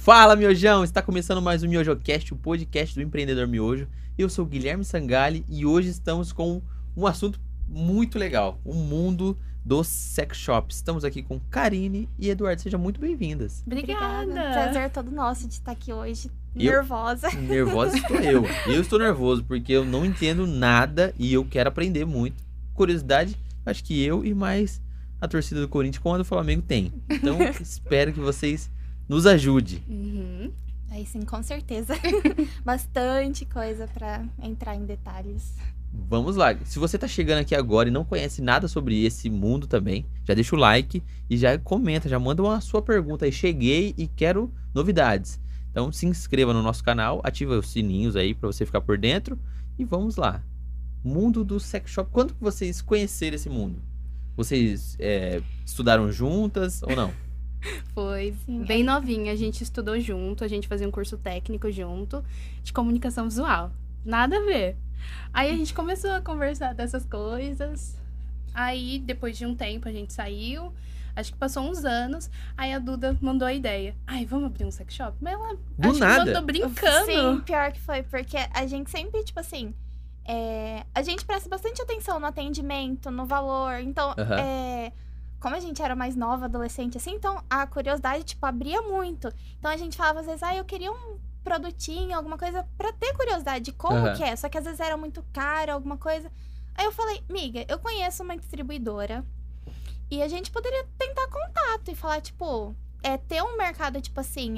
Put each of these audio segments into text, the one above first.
Fala, Miojão! Está começando mais um MiojoCast, o podcast do empreendedor Miojo. Eu sou o Guilherme Sangalli e hoje estamos com um assunto muito legal, o mundo dos sex shops. Estamos aqui com Karine e Eduardo, sejam muito bem-vindas. Obrigada. Prazer todo nosso de estar aqui hoje. Nervosa. Nervosa estou eu. Eu estou nervoso porque eu não entendo nada e eu quero aprender muito. Curiosidade, acho que eu e mais a torcida do Corinthians com a do Flamengo tem. Então, espero que vocês nos ajudem. Uhum. Aí sim, com certeza. Bastante coisa pra entrar em detalhes. Vamos lá. Se você tá chegando aqui agora e não conhece nada sobre esse mundo também, já deixa o like e já comenta, já manda uma sua pergunta aí. Cheguei e quero novidades. Então se inscreva no nosso canal, ativa os sininhos aí pra você ficar por dentro e vamos lá. Mundo do sex shop. Quando que vocês conheceram esse mundo? Vocês estudaram juntas ou não? Foi Sim, bem novinha, a gente estudou junto, a gente fazia um curso técnico junto de comunicação visual. Nada a ver. Aí a gente começou a conversar dessas coisas. Aí, depois de um tempo, a gente saiu. Acho que passou uns anos. Aí a Duda mandou a ideia. Ai, vamos abrir um sex shop? Mas ela Do acho nada. que mandou brincando. Sim, pior que foi, porque a gente sempre, tipo assim, a gente presta bastante atenção no atendimento, no valor. Então, Aham. como a gente era mais nova, adolescente, assim, então a curiosidade, tipo, abria muito. Então a gente falava às vezes, eu queria um produtinho, alguma coisa, pra ter curiosidade de como Aham. que é. Só que às vezes era muito caro, alguma coisa. Aí eu falei, miga, eu conheço uma distribuidora e a gente poderia tentar contato e falar, tipo, ter um mercado, tipo assim,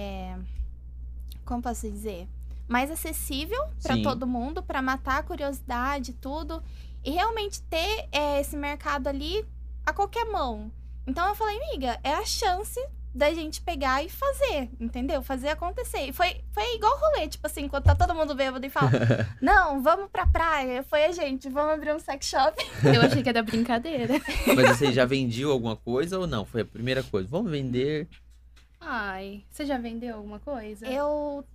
como posso dizer? Mais acessível pra Sim. todo mundo, pra matar a curiosidade e tudo. E realmente ter esse mercado ali a qualquer mão. Então eu falei, amiga, é a chance da gente pegar e fazer, entendeu? Fazer acontecer. E foi igual rolê, tipo assim, quando tá todo mundo bêbado e fala, não, vamos pra praia. Foi a gente, vamos abrir um sex shop. Eu achei que era brincadeira. Mas você já vendiu alguma coisa ou não? Foi a primeira coisa. Vamos vender. Ai, você já vendeu alguma coisa? Eu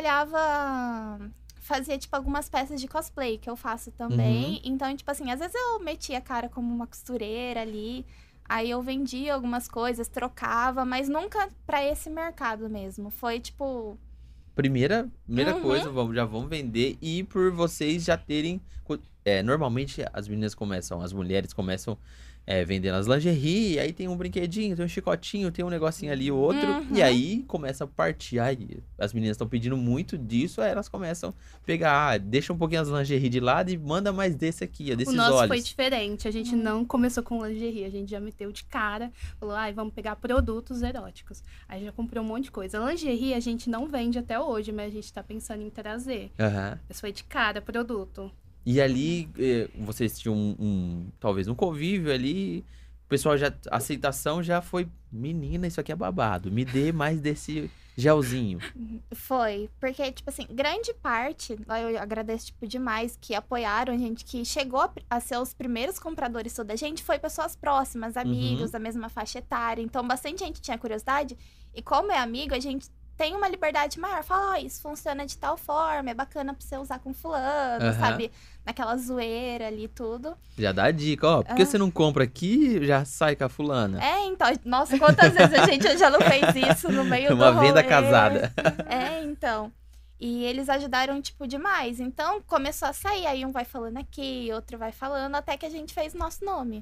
fazia, tipo, algumas peças de cosplay que eu faço também. Então, tipo assim, às vezes eu metia a cara como uma costureira ali. Aí eu vendia algumas coisas, trocava, mas nunca pra esse mercado mesmo. Foi, tipo... Primeira Uhum. coisa, já vamos vender. E por vocês já terem... normalmente as mulheres começam vendendo as lingerie, e aí tem um brinquedinho, tem um chicotinho, tem um negocinho ali, outro. Uhum. E aí começa a partir. Aí as meninas estão pedindo muito disso, aí elas começam a pegar, deixa um pouquinho as lingerie de lado e manda mais desse aqui, ó, O desses nosso olhos. foi diferente. A gente não começou com lingerie, a gente já meteu de cara. Falou, vamos pegar produtos eróticos. Aí já comprou um monte de coisa. Lingerie a gente não vende até hoje, mas a gente tá pensando em trazer. Aham. Mas foi de cara, produto. E ali, vocês tinham talvez um convívio ali, o pessoal a aceitação já foi, menina, isso aqui é babado, me dê mais desse gelzinho. Foi, porque, tipo assim, grande parte, eu agradeço, tipo, demais, que apoiaram a gente, que chegou a ser os primeiros compradores da gente, foi pessoas próximas, amigos, da mesma faixa etária. Então, bastante gente tinha curiosidade. E como é amigo, a gente tem uma liberdade maior. Fala, isso funciona de tal forma, é bacana pra você usar com fulano, Aham. sabe? Naquela zoeira ali, tudo. Já dá a dica, ó, por que você não compra aqui e já sai com a fulana? Então, nossa, quantas vezes a gente já não fez isso no meio do Uma venda rolê. casada. Então. E eles ajudaram, tipo, demais. Então, começou a sair. Aí um vai falando aqui, outro vai falando, até que a gente fez o nosso nome.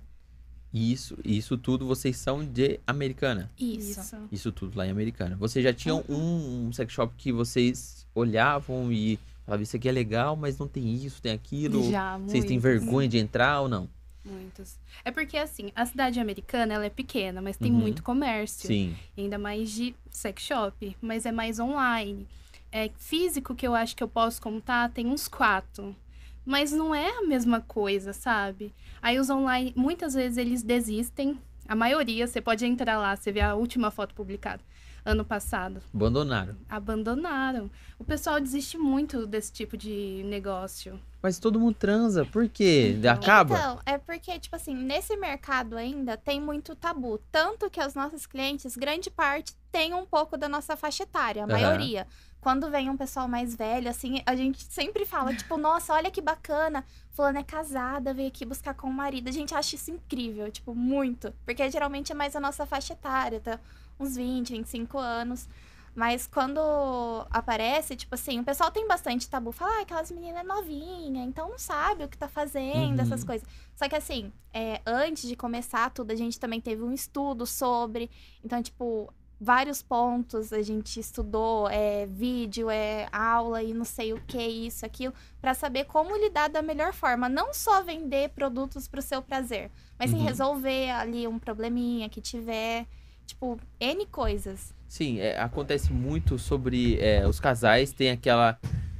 Isso tudo vocês são de Americana. Isso tudo lá em Americana. Vocês já tinham um sex shop que vocês olhavam e falavam, isso aqui é legal, mas não tem isso, tem aquilo. Já, Vocês têm muitos. vergonha de entrar ou não? Muitos. É porque, assim, a cidade americana, ela é pequena, mas tem Uhum. muito comércio. Sim. E ainda mais de sex shop, mas é mais online. Físico que eu acho que eu posso contar, tem uns 4. Mas não é a mesma coisa, sabe? Aí os online, muitas vezes eles desistem. A maioria, você pode entrar lá, você vê a última foto publicada, ano passado. Abandonaram. O pessoal desiste muito desse tipo de negócio. Mas todo mundo transa, por quê? Então. Acaba? Então, é porque, tipo assim, nesse mercado ainda tem muito tabu. Tanto que os nossos clientes, grande parte, tem um pouco da nossa faixa etária, a maioria. Quando vem um pessoal mais velho, assim, a gente sempre fala, tipo, nossa, olha que bacana, fulana é casada, veio aqui buscar com o marido. A gente acha isso incrível, tipo, muito. Porque geralmente é mais a nossa faixa etária, tá? Uns 20, 25 anos. Mas quando aparece, tipo assim, o pessoal tem bastante tabu. Fala, aquelas meninas novinhas, então não sabe o que tá fazendo, essas coisas. Só que assim, antes de começar tudo, a gente também teve um estudo sobre. Então, tipo, vários pontos a gente estudou, vídeo, aula e não sei o que, isso, aquilo, pra saber como lidar da melhor forma. Não só vender produtos pro seu prazer, mas sim resolver ali um probleminha que tiver, tipo, N coisas. Sim, acontece muito sobre os casais, tem aquela...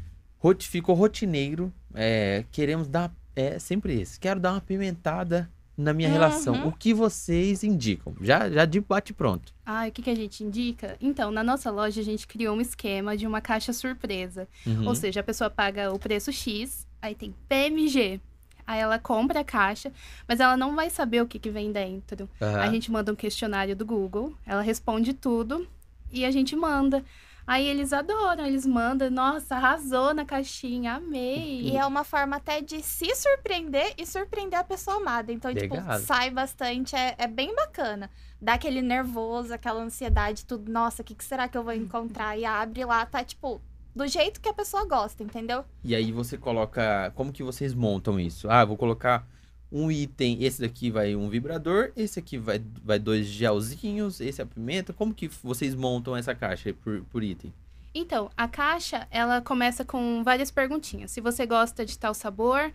Ficou rotineiro, queremos dar... sempre isso, quero dar uma pimentada na minha relação. O que vocês indicam? Já de bate pronto. O que a gente indica? Então, na nossa loja, a gente criou um esquema de uma caixa surpresa. Ou seja, a pessoa paga o preço X, aí tem PMG. Aí ela compra a caixa, mas ela não vai saber o que vem dentro. A gente manda um questionário do Google, ela responde tudo e a gente manda. Aí eles adoram, eles mandam, nossa, arrasou na caixinha, amei. E é uma forma até de se surpreender e surpreender a pessoa amada. Então, Legal. tipo, sai bastante, é bem bacana. Dá aquele nervoso, aquela ansiedade, tudo, nossa, o que será que eu vou encontrar? E abre lá, tá, tipo, do jeito que a pessoa gosta, entendeu? E aí você coloca, como que vocês montam isso? Vou colocar um item, esse daqui vai um vibrador, esse aqui vai 2 gelzinhos, esse é a pimenta. Como que vocês montam essa caixa por item? Então, a caixa, ela começa com várias perguntinhas. Se você gosta de tal sabor,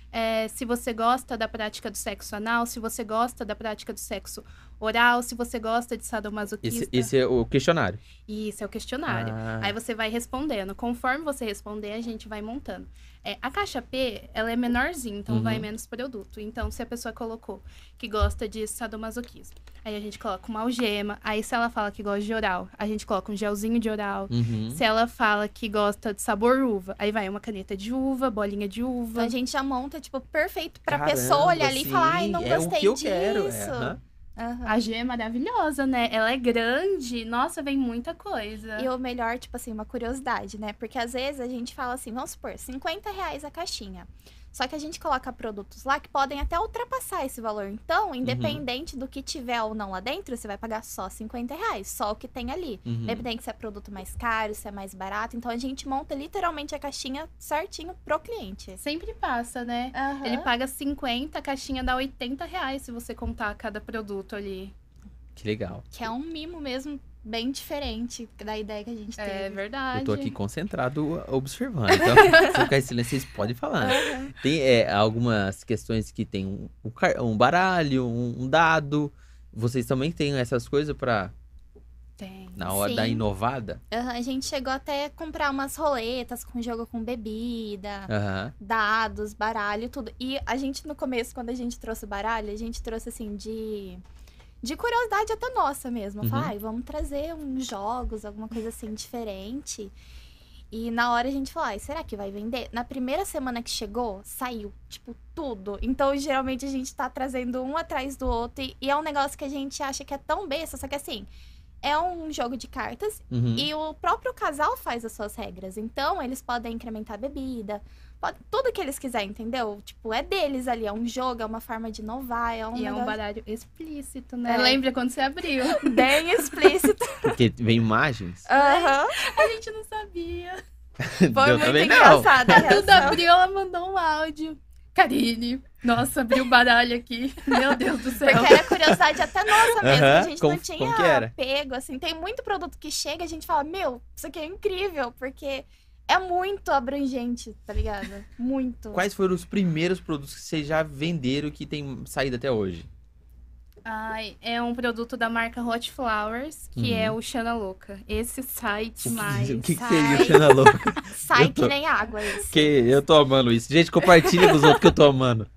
se você gosta da prática do sexo anal, se você gosta da prática do sexo oral, se você gosta de sadomasoquista. Esse é o questionário. Isso, é o questionário. Aí você vai respondendo. Conforme você responder, a gente vai montando. A caixa P, ela é menorzinha, então vai menos produto. Então, se a pessoa colocou que gosta de sadomasoquismo, aí a gente coloca uma algema. Aí, se ela fala que gosta de oral, a gente coloca um gelzinho de oral. Se ela fala que gosta de sabor uva, aí vai uma caneta de uva, bolinha de uva. Então, a gente já monta, tipo, perfeito pra pessoa olhar ali e falar, ai, não gostei o que eu disso. Quero. A G é maravilhosa, né? Ela é grande. Nossa, vem muita coisa. E o melhor, tipo assim, uma curiosidade, né? Porque às vezes a gente fala assim, vamos supor, R$50 a caixinha. Só que a gente coloca produtos lá que podem até ultrapassar esse valor. Então, independente do que tiver ou não lá dentro, você vai pagar só R$50, só o que tem ali. Independente se é produto mais caro, se é mais barato. Então, a gente monta literalmente a caixinha certinho pro cliente. Sempre passa, né? Ele paga 50, a caixinha dá R$80 se você contar cada produto ali. Que legal. Que é um mimo mesmo, bem diferente da ideia que a gente teve. É verdade. Eu tô aqui concentrado observando. Então, se eu ficar em silêncio, vocês podem falar. Tem algumas questões que tem um baralho, um dado. Vocês também têm essas coisas pra... Tem. Na hora da inovada? A gente chegou até a comprar umas roletas com jogo com bebida, dados, baralho, tudo. E a gente, no começo, quando a gente trouxe o baralho, a gente trouxe, assim, de curiosidade até nossa mesmo. Falar, vamos trazer uns jogos, alguma coisa assim diferente. E na hora a gente falou, será que vai vender? Na primeira semana que chegou, saiu, tipo, tudo. Então, geralmente, a gente tá trazendo um atrás do outro. E é um negócio que a gente acha que é tão besta, só que assim... É um jogo de cartas e o próprio casal faz as suas regras. Então, eles podem incrementar a bebida, tudo que eles quiserem, entendeu? Tipo, é deles ali, é um jogo, é uma forma de inovar, é um baralho explícito, né? Lembra quando você abriu? Bem explícito. Porque vem imagens? A gente não sabia. Foi muito engraçado. A Duda abriu, ela mandou um áudio. Karine, nossa, abriu o baralho aqui. Meu Deus do céu. Porque era curiosidade até nossa mesmo. A gente não tinha que pego, assim. Tem muito produto que chega e a gente fala, meu, isso aqui é incrível, porque é muito abrangente, tá ligado? Muito. Quais foram os primeiros produtos que vocês já venderam que tem saído até hoje? É um produto da marca Hot Flowers, que é o Xana Louca. Esse sai demais. O que seria o Xana Louca? Sai que nem água esse. Que eu tô amando isso. Gente, compartilha com os outros que eu tô amando.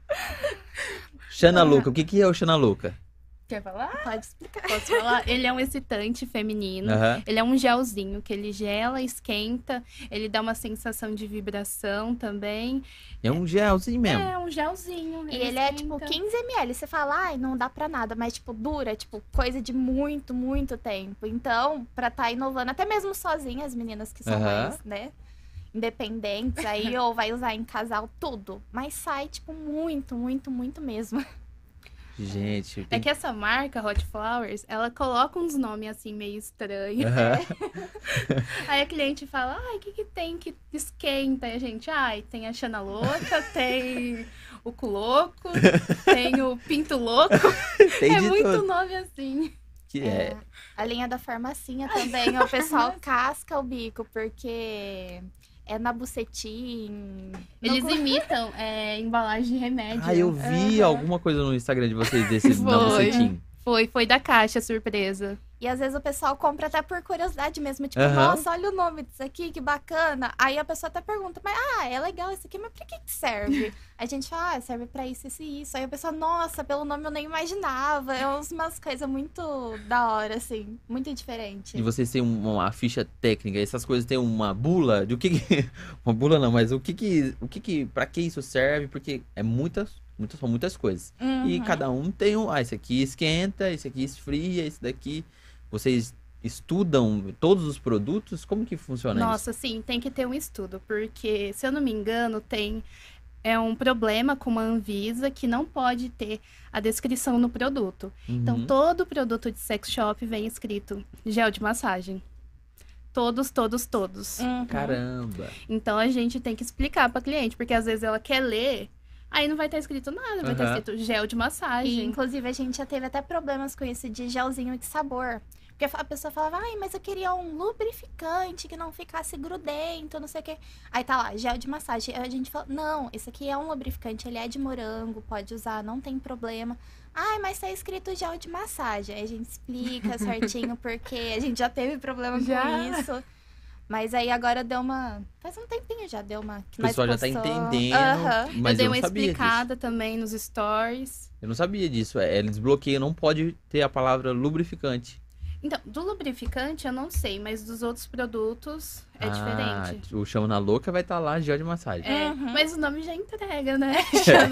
Xana Louca, o que é o Xana Louca? Quer falar? Pode explicar. Posso falar? Ele é um excitante feminino. Ele é um gelzinho que ele gela, esquenta. Ele dá uma sensação de vibração também. É um gelzinho mesmo. É um gelzinho. E ele é tipo 15 ml. Você fala, não dá pra nada. Mas tipo, dura, tipo, coisa de muito, muito tempo. Então, pra tá inovando, até mesmo sozinha, as meninas que são mais, né? Independentes aí, ou vai usar em casal, tudo. Mas sai, tipo, muito, muito, muito mesmo. Gente, É que essa marca, Hot Flowers, ela coloca uns nomes assim meio estranhos. Aham. Aí a cliente fala, ai, o que que tem que esquenta? E a gente, ai, tem a Xana Louca, tem o Cu Louco, tem o Pinto Louco. Tem É de muito tudo. nome assim. Que é. A linha da farmacinha também, o pessoal casca o bico, porque é na bucetim. Eles imitam embalagem de remédio. Ah, eu vi Aham. alguma coisa no Instagram de vocês desse na Foi. bucetim. Foi da caixa, surpresa. E às vezes o pessoal compra até por curiosidade mesmo. Tipo, Aham. nossa, olha o nome disso aqui, que bacana. Aí a pessoa até pergunta, mas é legal isso aqui, mas pra que serve? A gente fala, serve pra isso, isso e isso. Aí a pessoa, nossa, pelo nome eu nem imaginava. É umas coisas muito da hora, assim, muito diferente. E vocês têm uma ficha técnica, essas coisas têm uma bula de o que que... Uma bula não, mas pra que isso serve? Porque são muitas coisas. E Uhum. cada um tem esse aqui esquenta, esse aqui esfria, esse daqui... Vocês estudam todos os produtos? Como que funciona Nossa, sim, tem que ter um estudo, porque, se eu não me engano, tem um problema com a Anvisa que não pode ter a descrição no produto. isso? Então, Uhum. todo produto de sex shop vem escrito gel de massagem. Todos. Uhum. Caramba! Então, a gente tem que explicar para cliente, porque às vezes ela quer ler, aí não vai estar escrito nada, vai estar Aham. escrito gel de E, massagem. inclusive, a gente já teve até problemas com isso de gelzinho de sabor. Porque a pessoa falava, ai, mas eu queria um lubrificante que não ficasse grudento, não sei o quê. Aí tá lá, gel de massagem. Aí a gente fala, não, esse aqui é um lubrificante, ele é de morango, pode usar, não tem problema. Ai, mas tá escrito gel de massagem. Aí a gente explica certinho porque a gente já teve problema Já. com isso. Mas aí agora deu uma... Faz um tempinho já deu uma... O pessoal já tá postou. entendendo, Aham. mas eu dei eu uma não sabia disso. explicada também nos stories. Eu não sabia disso. Eles bloqueiam, não pode ter a palavra lubrificante. Então, do lubrificante eu não sei, mas dos outros produtos é diferente. O Chama na Louca vai estar lá, gel de massagem. É, Uhum. mas o nome já entrega, né? Xana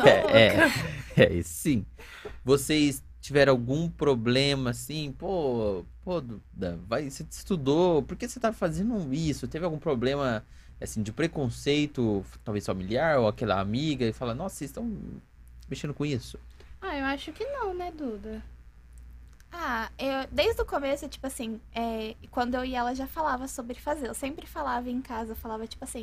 Louca. Sim. Vocês tiveram algum problema assim? Pô, Duda, você estudou, por que você tá fazendo isso? Teve algum problema, assim, de preconceito, talvez familiar, ou aquela amiga, e fala, nossa, vocês estão mexendo com isso? Ah, eu acho que não, né, Duda? Desde o começo, tipo assim, quando eu e ela já falava sobre fazer, eu sempre falava em casa, eu falava tipo assim,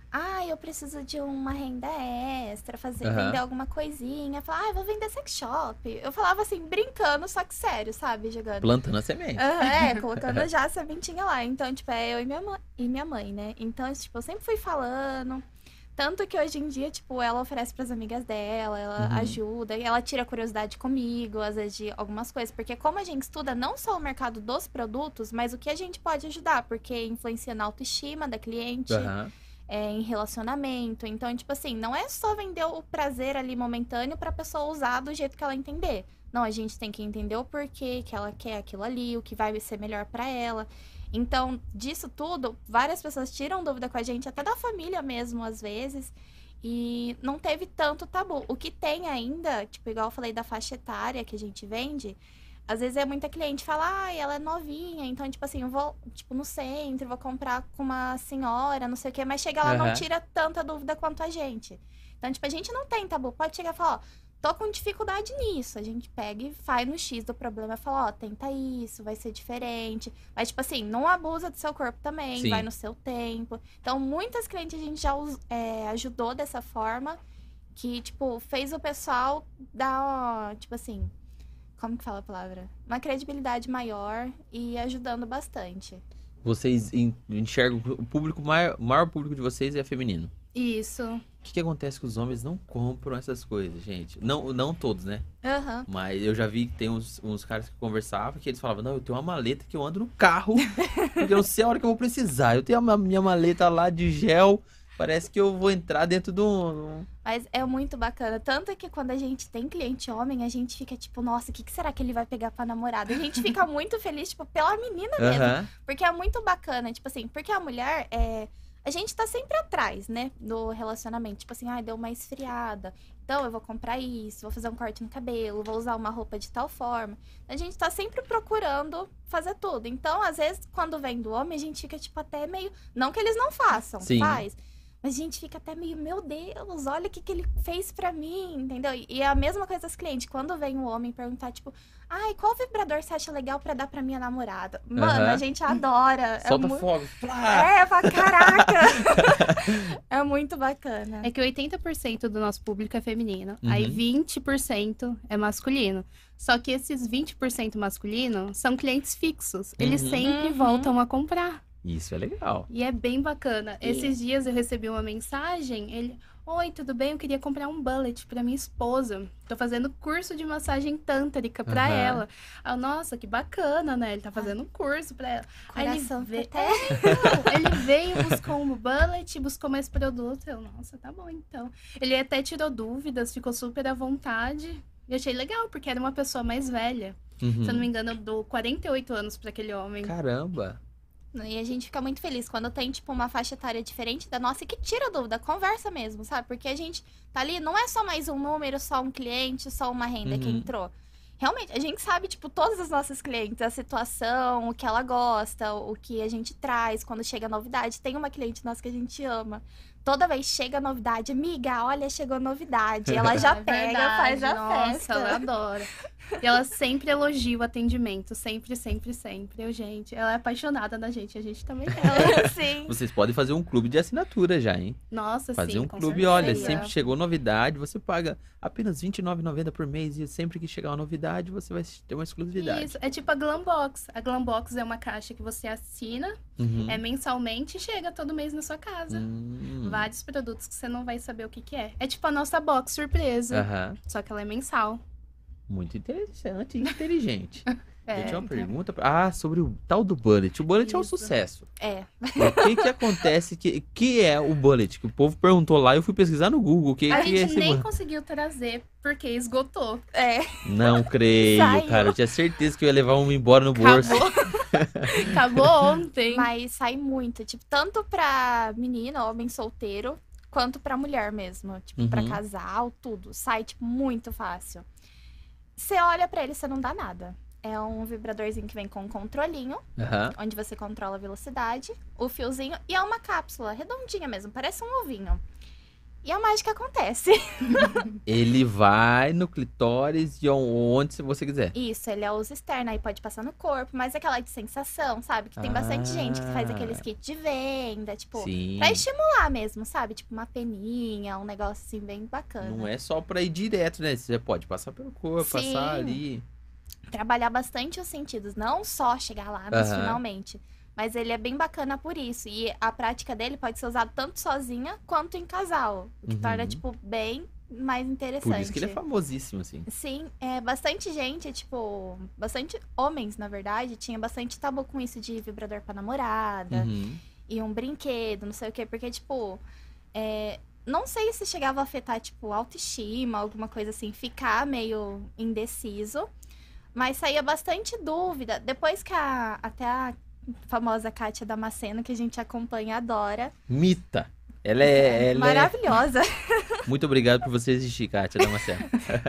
eu preciso de uma renda extra, Aham. vender alguma coisinha. Eu falava, eu vou vender sex shop. Eu falava assim, brincando, só que sério, sabe, jogando. Plantando a semente. Colocando já a sementinha lá. Então, tipo, eu e minha mãe, né? Então, tipo, eu sempre fui falando. Tanto que hoje em dia, tipo, ela oferece pras amigas dela, ela Uhum. ajuda, e ela tira curiosidade comigo, às vezes, de algumas coisas. Porque como a gente estuda não só o mercado dos produtos, mas o que a gente pode ajudar, porque influencia na autoestima da cliente, Aham. em relacionamento. Então, tipo assim, não é só vender o prazer ali momentâneo pra pessoa usar do jeito que ela entender. Não, a gente tem que entender o porquê que ela quer aquilo ali, o que vai ser melhor pra ela. Então, disso tudo, várias pessoas tiram dúvida com a gente, até da família mesmo, às vezes. E não teve tanto tabu. O que tem ainda, tipo, igual eu falei da faixa etária que a gente vende, às vezes muita cliente fala, ela é novinha, então, tipo assim, eu vou, tipo, no centro, vou comprar com uma senhora, não sei o quê, mas chega lá, não Aham. tira tanta dúvida quanto a gente. Então, tipo, a gente não tem tabu. Pode chegar e falar, ó, tô com dificuldade nisso. A gente pega e faz no X do problema e fala, ó, tenta isso, vai ser diferente. Mas, tipo assim, não abusa do seu corpo também, Sim. vai no seu tempo. Então, muitas clientes a gente já ajudou dessa forma, que, tipo, fez o pessoal dar, tipo assim, como que fala a palavra? Uma credibilidade maior e ajudando bastante. Vocês enxergam o público, o maior público de vocês é feminino. Isso. O que acontece que os homens não compram essas coisas, gente? Não todos, né? Aham. Mas eu já vi que tem uns caras que conversavam que eles falavam, não, eu tenho uma maleta que eu ando no carro, porque eu não sei a hora que eu vou precisar. Eu tenho a minha maleta lá de gel, parece que eu vou entrar dentro do... Mas é muito bacana. Tanto que quando a gente tem cliente homem, a gente fica tipo, nossa, o que será que ele vai pegar pra namorada? A gente fica muito feliz, tipo, pela menina mesmo. Aham. Porque é muito bacana, tipo assim, porque a mulher a gente tá sempre atrás, né, do relacionamento. Tipo assim, deu uma esfriada. Então, eu vou comprar isso, vou fazer um corte no cabelo, vou usar uma roupa de tal forma. A gente tá sempre procurando fazer tudo. Então, às vezes, quando vem do homem, a gente fica, tipo, até meio... Não que eles não façam, Sim. faz. Mas a gente fica até meio, meu Deus, olha o que ele fez pra mim, entendeu? E é a mesma coisa das clientes. Quando vem um homem perguntar, tipo, ai, qual vibrador você acha legal pra dar pra minha namorada? Mano, a gente adora. Solta fogo. Flá! É, pra caraca! É muito bacana. É que 80% do nosso público é feminino. Aí 20% é masculino. Só que esses 20% masculino são clientes fixos. Eles sempre voltam a comprar. Isso é legal. E é bem bacana. Esses dias eu recebi uma mensagem, ele... Oi, tudo bem? Eu queria comprar um bullet pra minha esposa. Tô fazendo curso de massagem tântrica pra ela. Ah, nossa, que bacana, né? Ele tá fazendo um curso pra ela. Coração Ele veio, buscou um bullet, buscou mais produto. Eu, nossa, tá bom, então. Ele até tirou dúvidas, ficou super à vontade. E achei legal, porque era uma pessoa mais velha. Se eu não me engano, eu dou 48 anos pra aquele homem. Caramba! E a gente fica muito feliz quando tem, tipo, uma faixa etária diferente da nossa e que tira dúvida, conversa mesmo, sabe? Porque a gente tá ali, não é só mais um número, só um cliente, só uma renda que entrou. Realmente, a gente sabe, tipo, todas as nossas clientes, a situação, o que ela gosta, o que a gente traz, quando chega novidade. Tem uma cliente nossa que a gente ama. Toda vez chega novidade, amiga, olha, chegou novidade. Ela já pega, faz a nossa, festa. Ela adora. E ela sempre elogia o atendimento, sempre, sempre, sempre. Eu, gente, ela é apaixonada na gente, a gente também é. Sim. Vocês podem fazer um clube de assinatura já, hein? Nossa, fazer sim, um com clube, certeza. olha, sempre chegou novidade, você paga apenas R$29,90 por mês e sempre que chegar uma novidade, você vai ter uma exclusividade. Isso, é tipo a Glambox. A Glambox é uma caixa que você assina, é mensalmente e chega todo mês na sua casa. Vários produtos que você não vai saber o que que é. É tipo a nossa box surpresa, só que ela é mensal. Muito interessante e inteligente. É, Eu tinha uma pergunta. Sobre o tal do bullet. O bullet é um Isso. sucesso. É. O que acontece? Que é o bullet? Que o povo perguntou lá e eu fui pesquisar no Google. Que A que é gente esse nem bullet? conseguiu trazer, porque esgotou. É. Não creio, Saiu. cara. Eu tinha certeza que eu ia levar um embora no bolso. Acabou ontem. Mas sai muito, tipo, tanto pra menina, homem solteiro, quanto pra mulher mesmo. Tipo, pra casal, tudo. Sai, tipo, muito fácil. Você olha pra ele, você não dá nada. É um vibradorzinho que vem com um controlinho, onde você controla a velocidade, o fiozinho, e é uma cápsula redondinha mesmo, parece um ovinho. E a mágica acontece. Ele vai no clitóris de onde você quiser. Isso, ele é uso externo, aí pode passar no corpo, mas aquela de sensação, sabe? Que tem bastante gente que faz aqueles kits de venda, tipo, Sim. pra estimular mesmo, sabe? Tipo, uma peninha, um negócio assim bem bacana. Não é só pra ir direto, né? Você pode passar pelo corpo, Sim. passar ali. Trabalhar bastante os sentidos, não só chegar lá, mas finalmente. Mas ele é bem bacana por isso. E a prática dele pode ser usada tanto sozinha quanto em casal. O que torna, tipo, bem mais interessante. Por isso que ele é famosíssimo, assim. Sim, bastante gente, tipo, bastante homens, na verdade, tinha bastante tabu com isso de vibrador pra namorada e um brinquedo, não sei o quê, porque, tipo, não sei se chegava a afetar, tipo, autoestima, alguma coisa assim, ficar meio indeciso, mas saía bastante dúvida. Depois que até a famosa Kátia Damasceno, que a gente acompanha e adora. Mita. Ela é maravilhosa. Muito obrigado por você existir, Kátia Damasceno.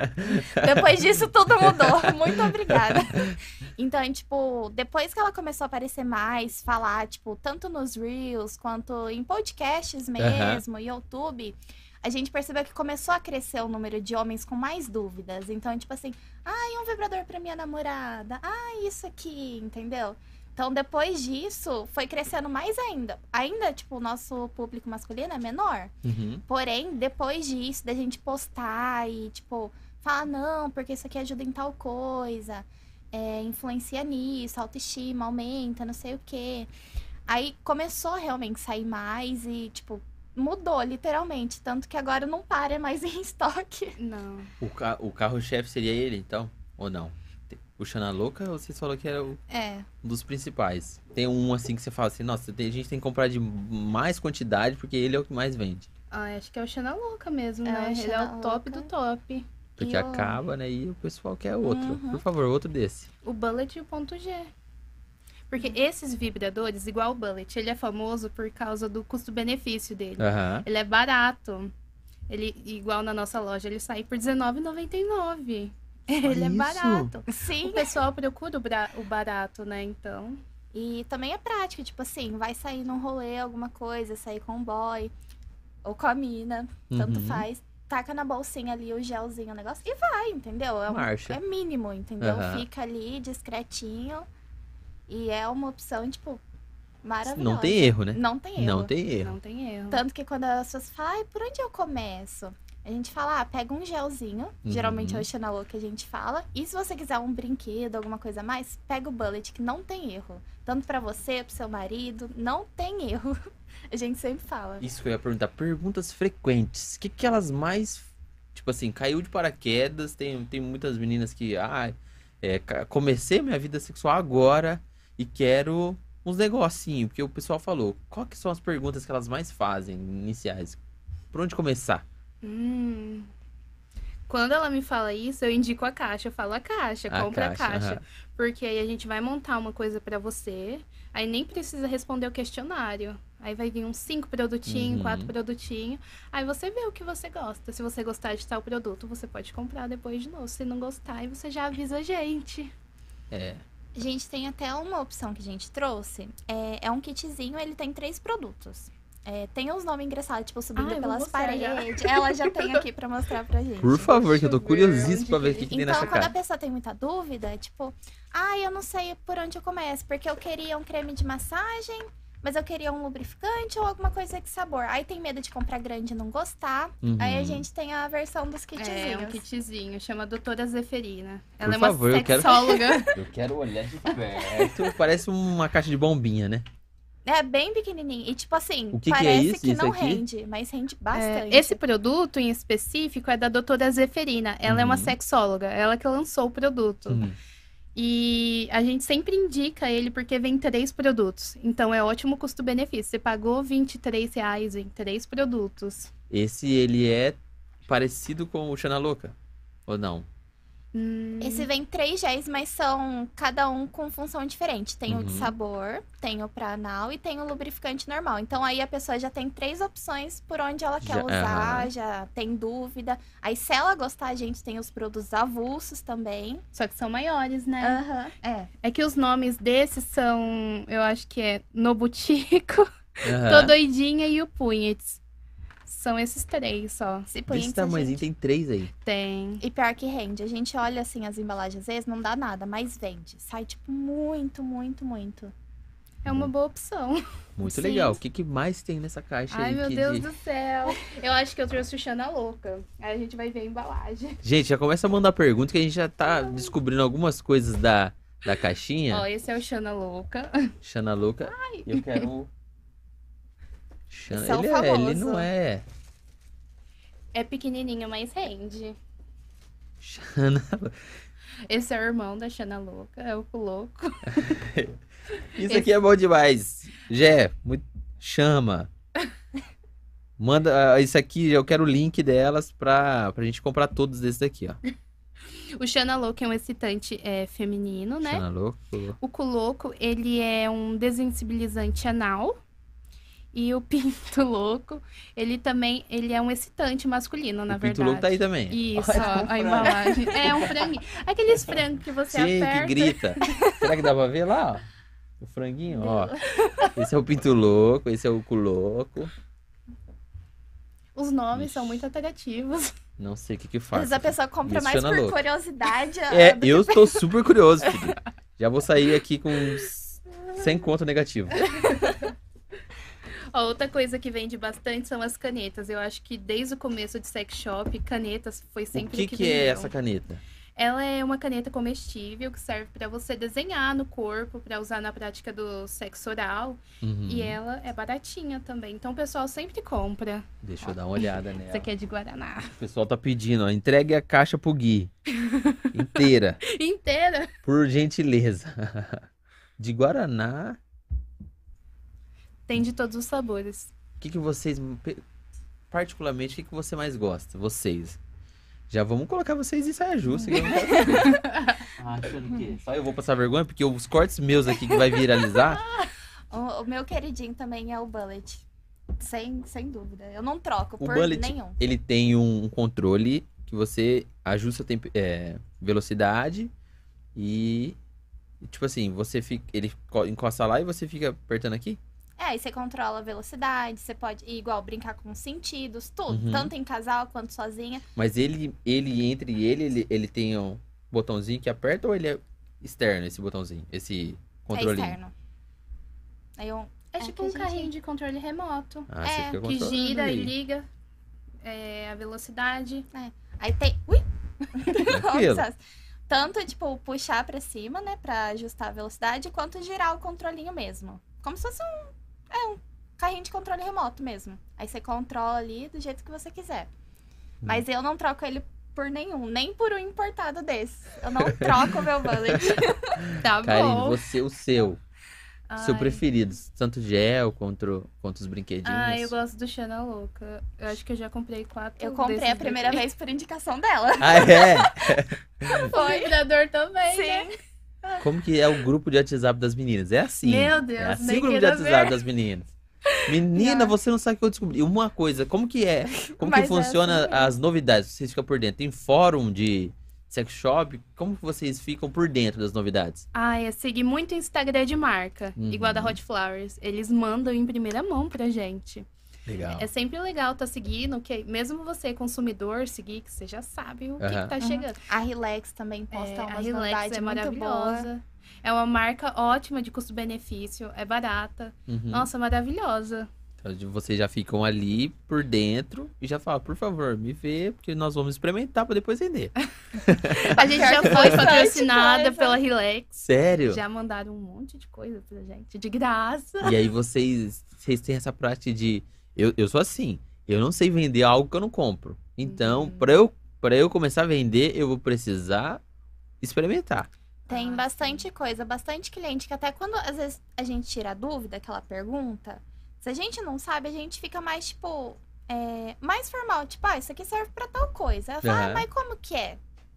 Depois disso, tudo mudou. Muito obrigada. Então, tipo, depois que ela começou a aparecer mais, falar, tipo, tanto nos Reels, quanto em podcasts mesmo, YouTube, a gente percebeu que começou a crescer o número de homens com mais dúvidas. Então, tipo assim, um vibrador pra minha namorada. Isso aqui, entendeu? Então, depois disso, foi crescendo mais ainda. Ainda, tipo, o nosso público masculino é menor. Porém, depois disso, da gente postar e, tipo, falar, não, porque isso aqui ajuda em tal coisa, influencia nisso, autoestima, aumenta, não sei o quê. Aí, começou realmente a sair mais e, tipo, mudou, literalmente. Tanto que agora não para mais em estoque. Não. O carro-chefe seria ele, então? Ou não? O Xana Louca, você falou que era um dos principais. Tem um assim que você fala assim, nossa, a gente tem que comprar de mais quantidade porque ele é o que mais vende. Acho que é o Xana Louca mesmo, né? Ele é o top do top. Porque acaba, né? E o pessoal quer outro. Por favor, outro desse. O Bullet e o ponto G. Porque esses vibradores, igual o Bullet, ele é famoso por causa do custo-benefício dele. Ele é barato. Ele, igual na nossa loja, ele sai por R$19,99. Ele é barato. Sim. O pessoal procura o barato, né? Então. E também é prático, tipo assim, vai sair num rolê, alguma coisa, sair com um boy. ou com a mina, tanto Uhum. faz. Taca na bolsinha ali o gelzinho, o negócio, e vai, entendeu? Marcha. É mínimo, entendeu? Aham. Fica ali discretinho e é uma opção, tipo, maravilhosa. Não tem erro, né? Não tem erro. Não tem erro. Não tem erro. Tanto que quando as pessoas falam, ai, por onde eu começo? A gente fala, pega um gelzinho, geralmente é o Xanalô que a gente fala. E se você quiser um brinquedo, alguma coisa a mais, pega o Bullet, que não tem erro. Tanto pra você, pro seu marido, não tem erro. A gente sempre fala. Isso que eu ia perguntar. Perguntas frequentes. O que que elas mais... Tipo assim, caiu de paraquedas. Tem muitas meninas que... comecei minha vida sexual agora e quero uns negocinhos. Porque o pessoal falou. Qual que são as perguntas que elas mais fazem, iniciais? Por onde começar? Quando ela me fala isso, eu indico a caixa. Eu falo a caixa, compra a caixa. aham. Porque aí a gente vai montar uma coisa pra você. Aí nem precisa responder o questionário. Aí vai vir uns 5 produtinhos, Uhum. 4 produtinhos. Aí você vê o que você gosta. Se você gostar de tal produto, você pode comprar depois de novo. Se não gostar, aí você já avisa a gente. É. A gente tem até uma opção que a gente trouxe. É um kitzinho, ele tem 3 produtos. Tem uns nomes engraçados, tipo, subindo Eu vou pelas mostrar já. paredes. Ela já tem aqui pra mostrar pra gente. Por favor, que eu tô eu ver curiosíssimo onde pra ver o que- que tem Então, nessa quando a caixa. pessoa tem muita dúvida, tipo, eu não sei por onde eu começo, porque eu queria um creme de massagem, mas eu queria um lubrificante ou alguma coisa de sabor. Aí tem medo de comprar grande e não gostar. Uhum. Aí a gente tem a versão dos É, kitzinhos. um kitzinho. Chama Doutora Zeferina. Por Ela é uma favor, eu quero- sexóloga. Eu quero olhar de perto. Parece uma caixa de bombinha, né? É bem pequenininho. E tipo assim, O que que é parece isso? que Isso não aqui? rende, mas rende bastante. Esse produto em específico é da Doutora Zeferina. Ela é uma Uhum. sexóloga. Ela que lançou o produto. Hum. E a gente sempre indica ele porque vem 3 produtos. Então é ótimo custo-benefício. Você pagou R$ 23 em 3 produtos. Esse, ele é parecido com o Xana Louca? Ou não? Esse vem 3 géis, mas são cada um com função diferente. Tem o de Uhum. sabor, tem o pra anal e tem o lubrificante normal. Então aí a pessoa já tem 3 opções por onde ela quer Já- usar, aham. já tem dúvida. Aí se ela gostar, a gente tem os produtos avulsos também. Só que são maiores, né? Aham. É que os nomes desses são, eu acho que é Nobutico, Aham. Tô Doidinha e o Punnets. São esses 3 só. Se Desse põe tamanhozinho tem 3 aí. Tem. E pior que rende. A gente olha assim as embalagens, às vezes não dá nada, mas vende. Sai tipo muito, muito, muito. É uma boa opção. Muito Sim. legal. O que que mais tem nessa caixa Ai, aí? meu que Deus de- do céu. Eu acho que eu trouxe o Xana Louca. Aí a gente vai ver a embalagem. Gente, já começa a mandar pergunta que a gente já tá descobrindo algumas coisas da caixinha. Ó, esse é o Xana Louca. Xana Louca. Eu quero... Xana... São Ele famoso. não é... É pequenininho, mas rende. Xana... Esse é o irmão da Xana Louca, é o Louco. Isso aqui é bom demais. Jé, chama. Manda isso aqui, eu quero o link delas pra gente comprar todos desses daqui, ó. O Xana Louca é um excitante feminino, né? Xana Louca. O Culoco, ele é um desensibilizante anal. E o Pinto Louco, ele é um excitante masculino, na O verdade. Pinto Louco tá aí também. Isso, Olha, ó, um a frango. embalagem. É um franguinho. Aqueles frangos que você Sim, aperta. que grita. Será que dá pra ver lá, ó? O franguinho, ó. Esse é o Pinto Louco, esse é o Culoco. Os nomes Ixi. são muito atrativos. Não sei o que que Às faz. vezes a pessoa compra Isso, mais Xana por Louca. curiosidade. do que Eu tô super curioso, filho. Já vou sair aqui com uns 100 conto negativo. Ó, outra coisa que vende bastante são as canetas. Eu acho que desde o começo de sex shop, canetas foi O sempre que o que é vendeu. essa caneta? Ela é uma caneta comestível que serve pra você desenhar no corpo, pra usar na prática do sexo oral. Uhum. E ela é baratinha também. Então o pessoal sempre compra. Deixa eu dar uma olhada nela. Isso aqui é de Guaraná. O pessoal tá pedindo, ó. Entregue a caixa pro Gui. Inteira. Inteira. Por gentileza. De Guaraná. Tem de todos os sabores. O que vocês, particularmente, o que você mais gosta? Vocês. Já vamos colocar vocês em saia justa. Que eu não quero saber. Achando que só eu vou passar vergonha? Porque os cortes meus aqui que vai viralizar. O meu queridinho também é o Bullet. Sem dúvida. Eu não troco O por Bullet, nenhum. ele tem um controle que você ajusta a velocidade e, tipo assim, ele encosta lá e você fica apertando aqui? Aí você controla a velocidade, você pode igual brincar com os sentidos, tudo. Uhum. Tanto em casal quanto sozinha. Mas ele tem um botãozinho que aperta ou ele é externo, esse botãozinho? Esse controlinho? É externo. Aí eu... É tipo que um a gente- carrinho de controle remoto. Ah, você fica Que controlando gira ali. e liga a velocidade. Aí tem... Ui! Tranquilo. Tanto, tipo, puxar pra cima, né? Pra ajustar a velocidade, quanto girar o controlinho mesmo. Como se fosse um carrinho de controle remoto mesmo. Aí você controla ali do jeito que você quiser. Mas eu não troco ele por nenhum, nem por um importado desse. Eu não troco o meu bullet. Tá Karine, bom. você, o seu Ai. preferido, tanto gel quanto os brinquedinhos. Ah, eu gosto do Xana Louca. Eu acho que eu já comprei 4 Eu comprei desses a primeira daqui. vez por indicação dela. Ah, é? O vibrador também, né? Como que é o grupo de WhatsApp das meninas? É assim. Meu Deus, é assim nem o grupo de queira WhatsApp ver. das meninas. Menina, você não sabe o que eu descobri. Uma coisa, como que Mas é funciona assim mesmo. as novidades? Vocês ficam por dentro? Tem fórum de sex shop? Como que vocês ficam por dentro das novidades? Ah, eu segui muito Instagram de marca, Uhum. igual a da Hot Flowers. Eles mandam em primeira mão pra gente. Legal. É sempre legal tá seguindo, que mesmo você, consumidor, seguir, que você já sabe o que, Aham. que tá chegando. A Relax também posta A umas Relax novidades é muito boas. maravilhosa. É uma marca ótima de custo-benefício, é barata. Uhum. Nossa, maravilhosa. Então, vocês já ficam ali por dentro e já falam, por favor, me vê, porque nós vamos experimentar pra depois vender. A gente já Pior que foi bastante patrocinada coisa. pela Relax. Sério? Já mandaram um monte de coisa pra gente, de graça. E aí vocês têm essa prática de... Eu sou assim, eu não sei vender algo que eu não compro. Então, Uhum. pra eu começar a vender, eu vou precisar experimentar. Tem Ah, bastante coisa, bastante cliente que até quando às vezes a gente tira a dúvida, aquela pergunta, se a gente não sabe, a gente fica mais, tipo, mais formal. Tipo, isso aqui serve pra tal coisa. Ela fala, Aham. mas como que é?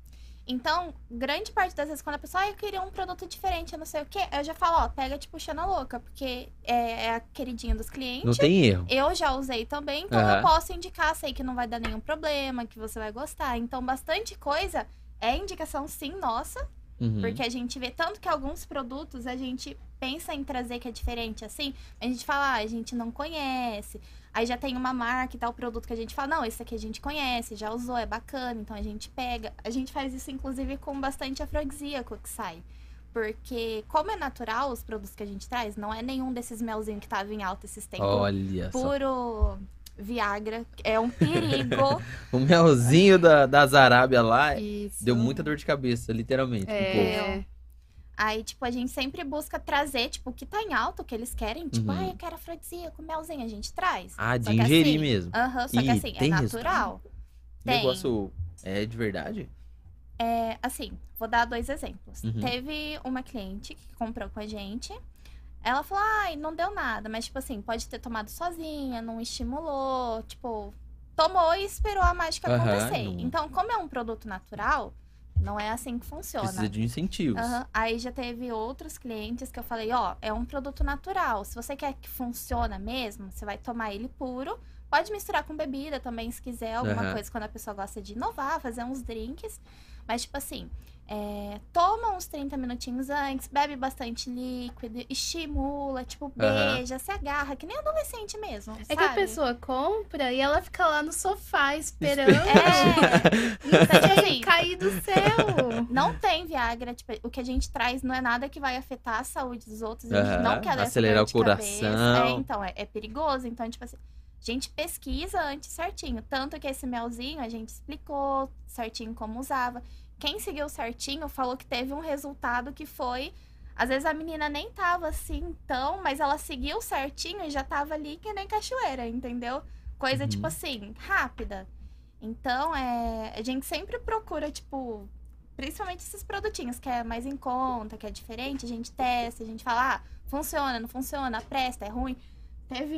Então, grande parte das vezes, quando a pessoa, eu queria um produto diferente, eu não sei o quê, eu já falo, pega, tipo, Xana Louca, porque é a queridinha dos clientes. Não tem erro. Eu já usei também, então Aham. eu posso indicar, sei que não vai dar nenhum problema, que você vai gostar. Então, bastante coisa é indicação, sim, nossa. Uhum. Porque a gente vê tanto que alguns produtos a gente pensa em trazer que é diferente assim, a gente fala, a gente não conhece. Aí já tem uma marca e tal produto que a gente fala, não, esse aqui a gente conhece, já usou, é bacana, então a gente pega. A gente faz isso, inclusive, com bastante afrodisíaco que sai. Porque, como é natural, os produtos que a gente traz, não é nenhum desses melzinhos que tava em alta esses tempos. Olha só. Puro Viagra, é um perigo. O melzinho das Arábia lá Isso. deu muita dor de cabeça, literalmente. pro povo. É. Aí, tipo, a gente sempre busca trazer, tipo, o que tá em alta, o que eles querem. Tipo, Uhum. eu quero afrodisíaco, melzinho, a gente traz. Ah, de Só que ingerir assim, mesmo. Aham, só que E assim, é tem natural. O Tem. negócio é de verdade? É, assim, vou dar 2 exemplos. Uhum. Teve uma cliente que comprou com a gente. Ela falou, não deu nada. Mas, tipo assim, pode ter tomado sozinha, não estimulou. Tipo, tomou e esperou a mágica Aham, acontecer. não- Então, como é um produto natural, não é assim que funciona. Precisa de incentivos. Aham. Aí já teve outros clientes que eu falei, é um produto natural. Se você quer que funcione mesmo, você vai tomar ele puro. Pode misturar com bebida também, se quiser, alguma Aham. coisa quando a pessoa gosta de inovar, fazer uns drinks. Mas, tipo assim, toma uns 30 minutinhos antes, bebe bastante líquido, estimula, tipo, Aham. beija, se agarra, que nem adolescente mesmo. É que a sabe? pessoa compra e ela fica lá no sofá esperando. Então, tipo assim, Cair do céu. não tem Viagra, tipo, o que a gente traz não é nada que vai afetar a saúde dos outros, a gente Aham, não quer dar essa acelerar dor o de coração. cabeça. Então, é perigoso. Então, tipo assim, a gente pesquisa antes certinho. Tanto que esse melzinho, a gente explicou certinho como usava. Quem seguiu certinho falou que teve um resultado que foi... Às vezes a menina nem tava assim, então, mas ela seguiu certinho e já tava ali que nem cachoeira, entendeu? Coisa, Uhum. tipo assim, rápida. Então, a gente sempre procura, tipo... Principalmente esses produtinhos que é mais em conta, que é diferente, a gente testa, a gente fala, funciona, não funciona, presta, é ruim. Teve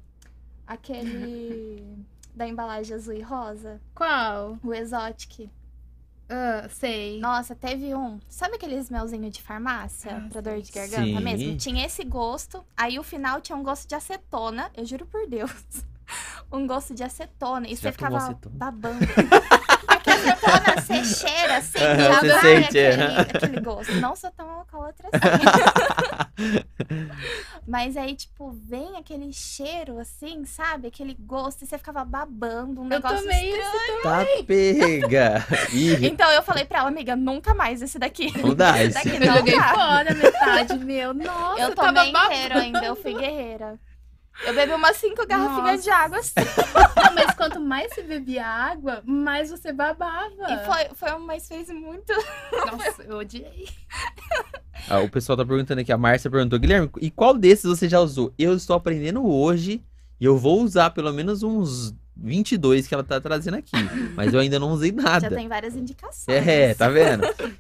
aquele da embalagem azul e rosa, Qual? o Exotic. Ah, sei. Nossa, teve sabe aqueles melzinhos de farmácia, Ah, pra dor de sei. garganta Sim. mesmo? Tinha esse gosto, aí o final tinha um gosto de acetona, eu juro por Deus. Um gosto de acetona, e Você já você tomou ficava acetona? babando. Porque você põe, você cheira assim, Aham, já você vai sente, aquele gosto. Não sou tão alcoólatra assim. Mas aí, tipo, vem aquele cheiro assim, sabe? Aquele gosto, e você ficava babando, um Eu negócio tomei estranho. esse Tá pega. Ih, Então eu falei pra ela, amiga, nunca mais esse daqui. não dá. Esse daqui Eu não joguei dá. fora metade, meu. Nossa, Eu tava tomei babando. inteiro ainda, eu fui guerreira. Eu bebi umas 5 garrafinhas de água assim. Não, mas quanto mais você bebia água, mais você babava. E foi mas fez muito. Nossa, eu odiei. Ah, o pessoal tá perguntando aqui, a Márcia perguntou, Guilherme, e qual desses você já usou? Eu estou aprendendo hoje e eu vou usar pelo menos uns 22 que ela tá trazendo aqui. Mas eu ainda não usei nada. Já tem várias indicações. É, tá vendo?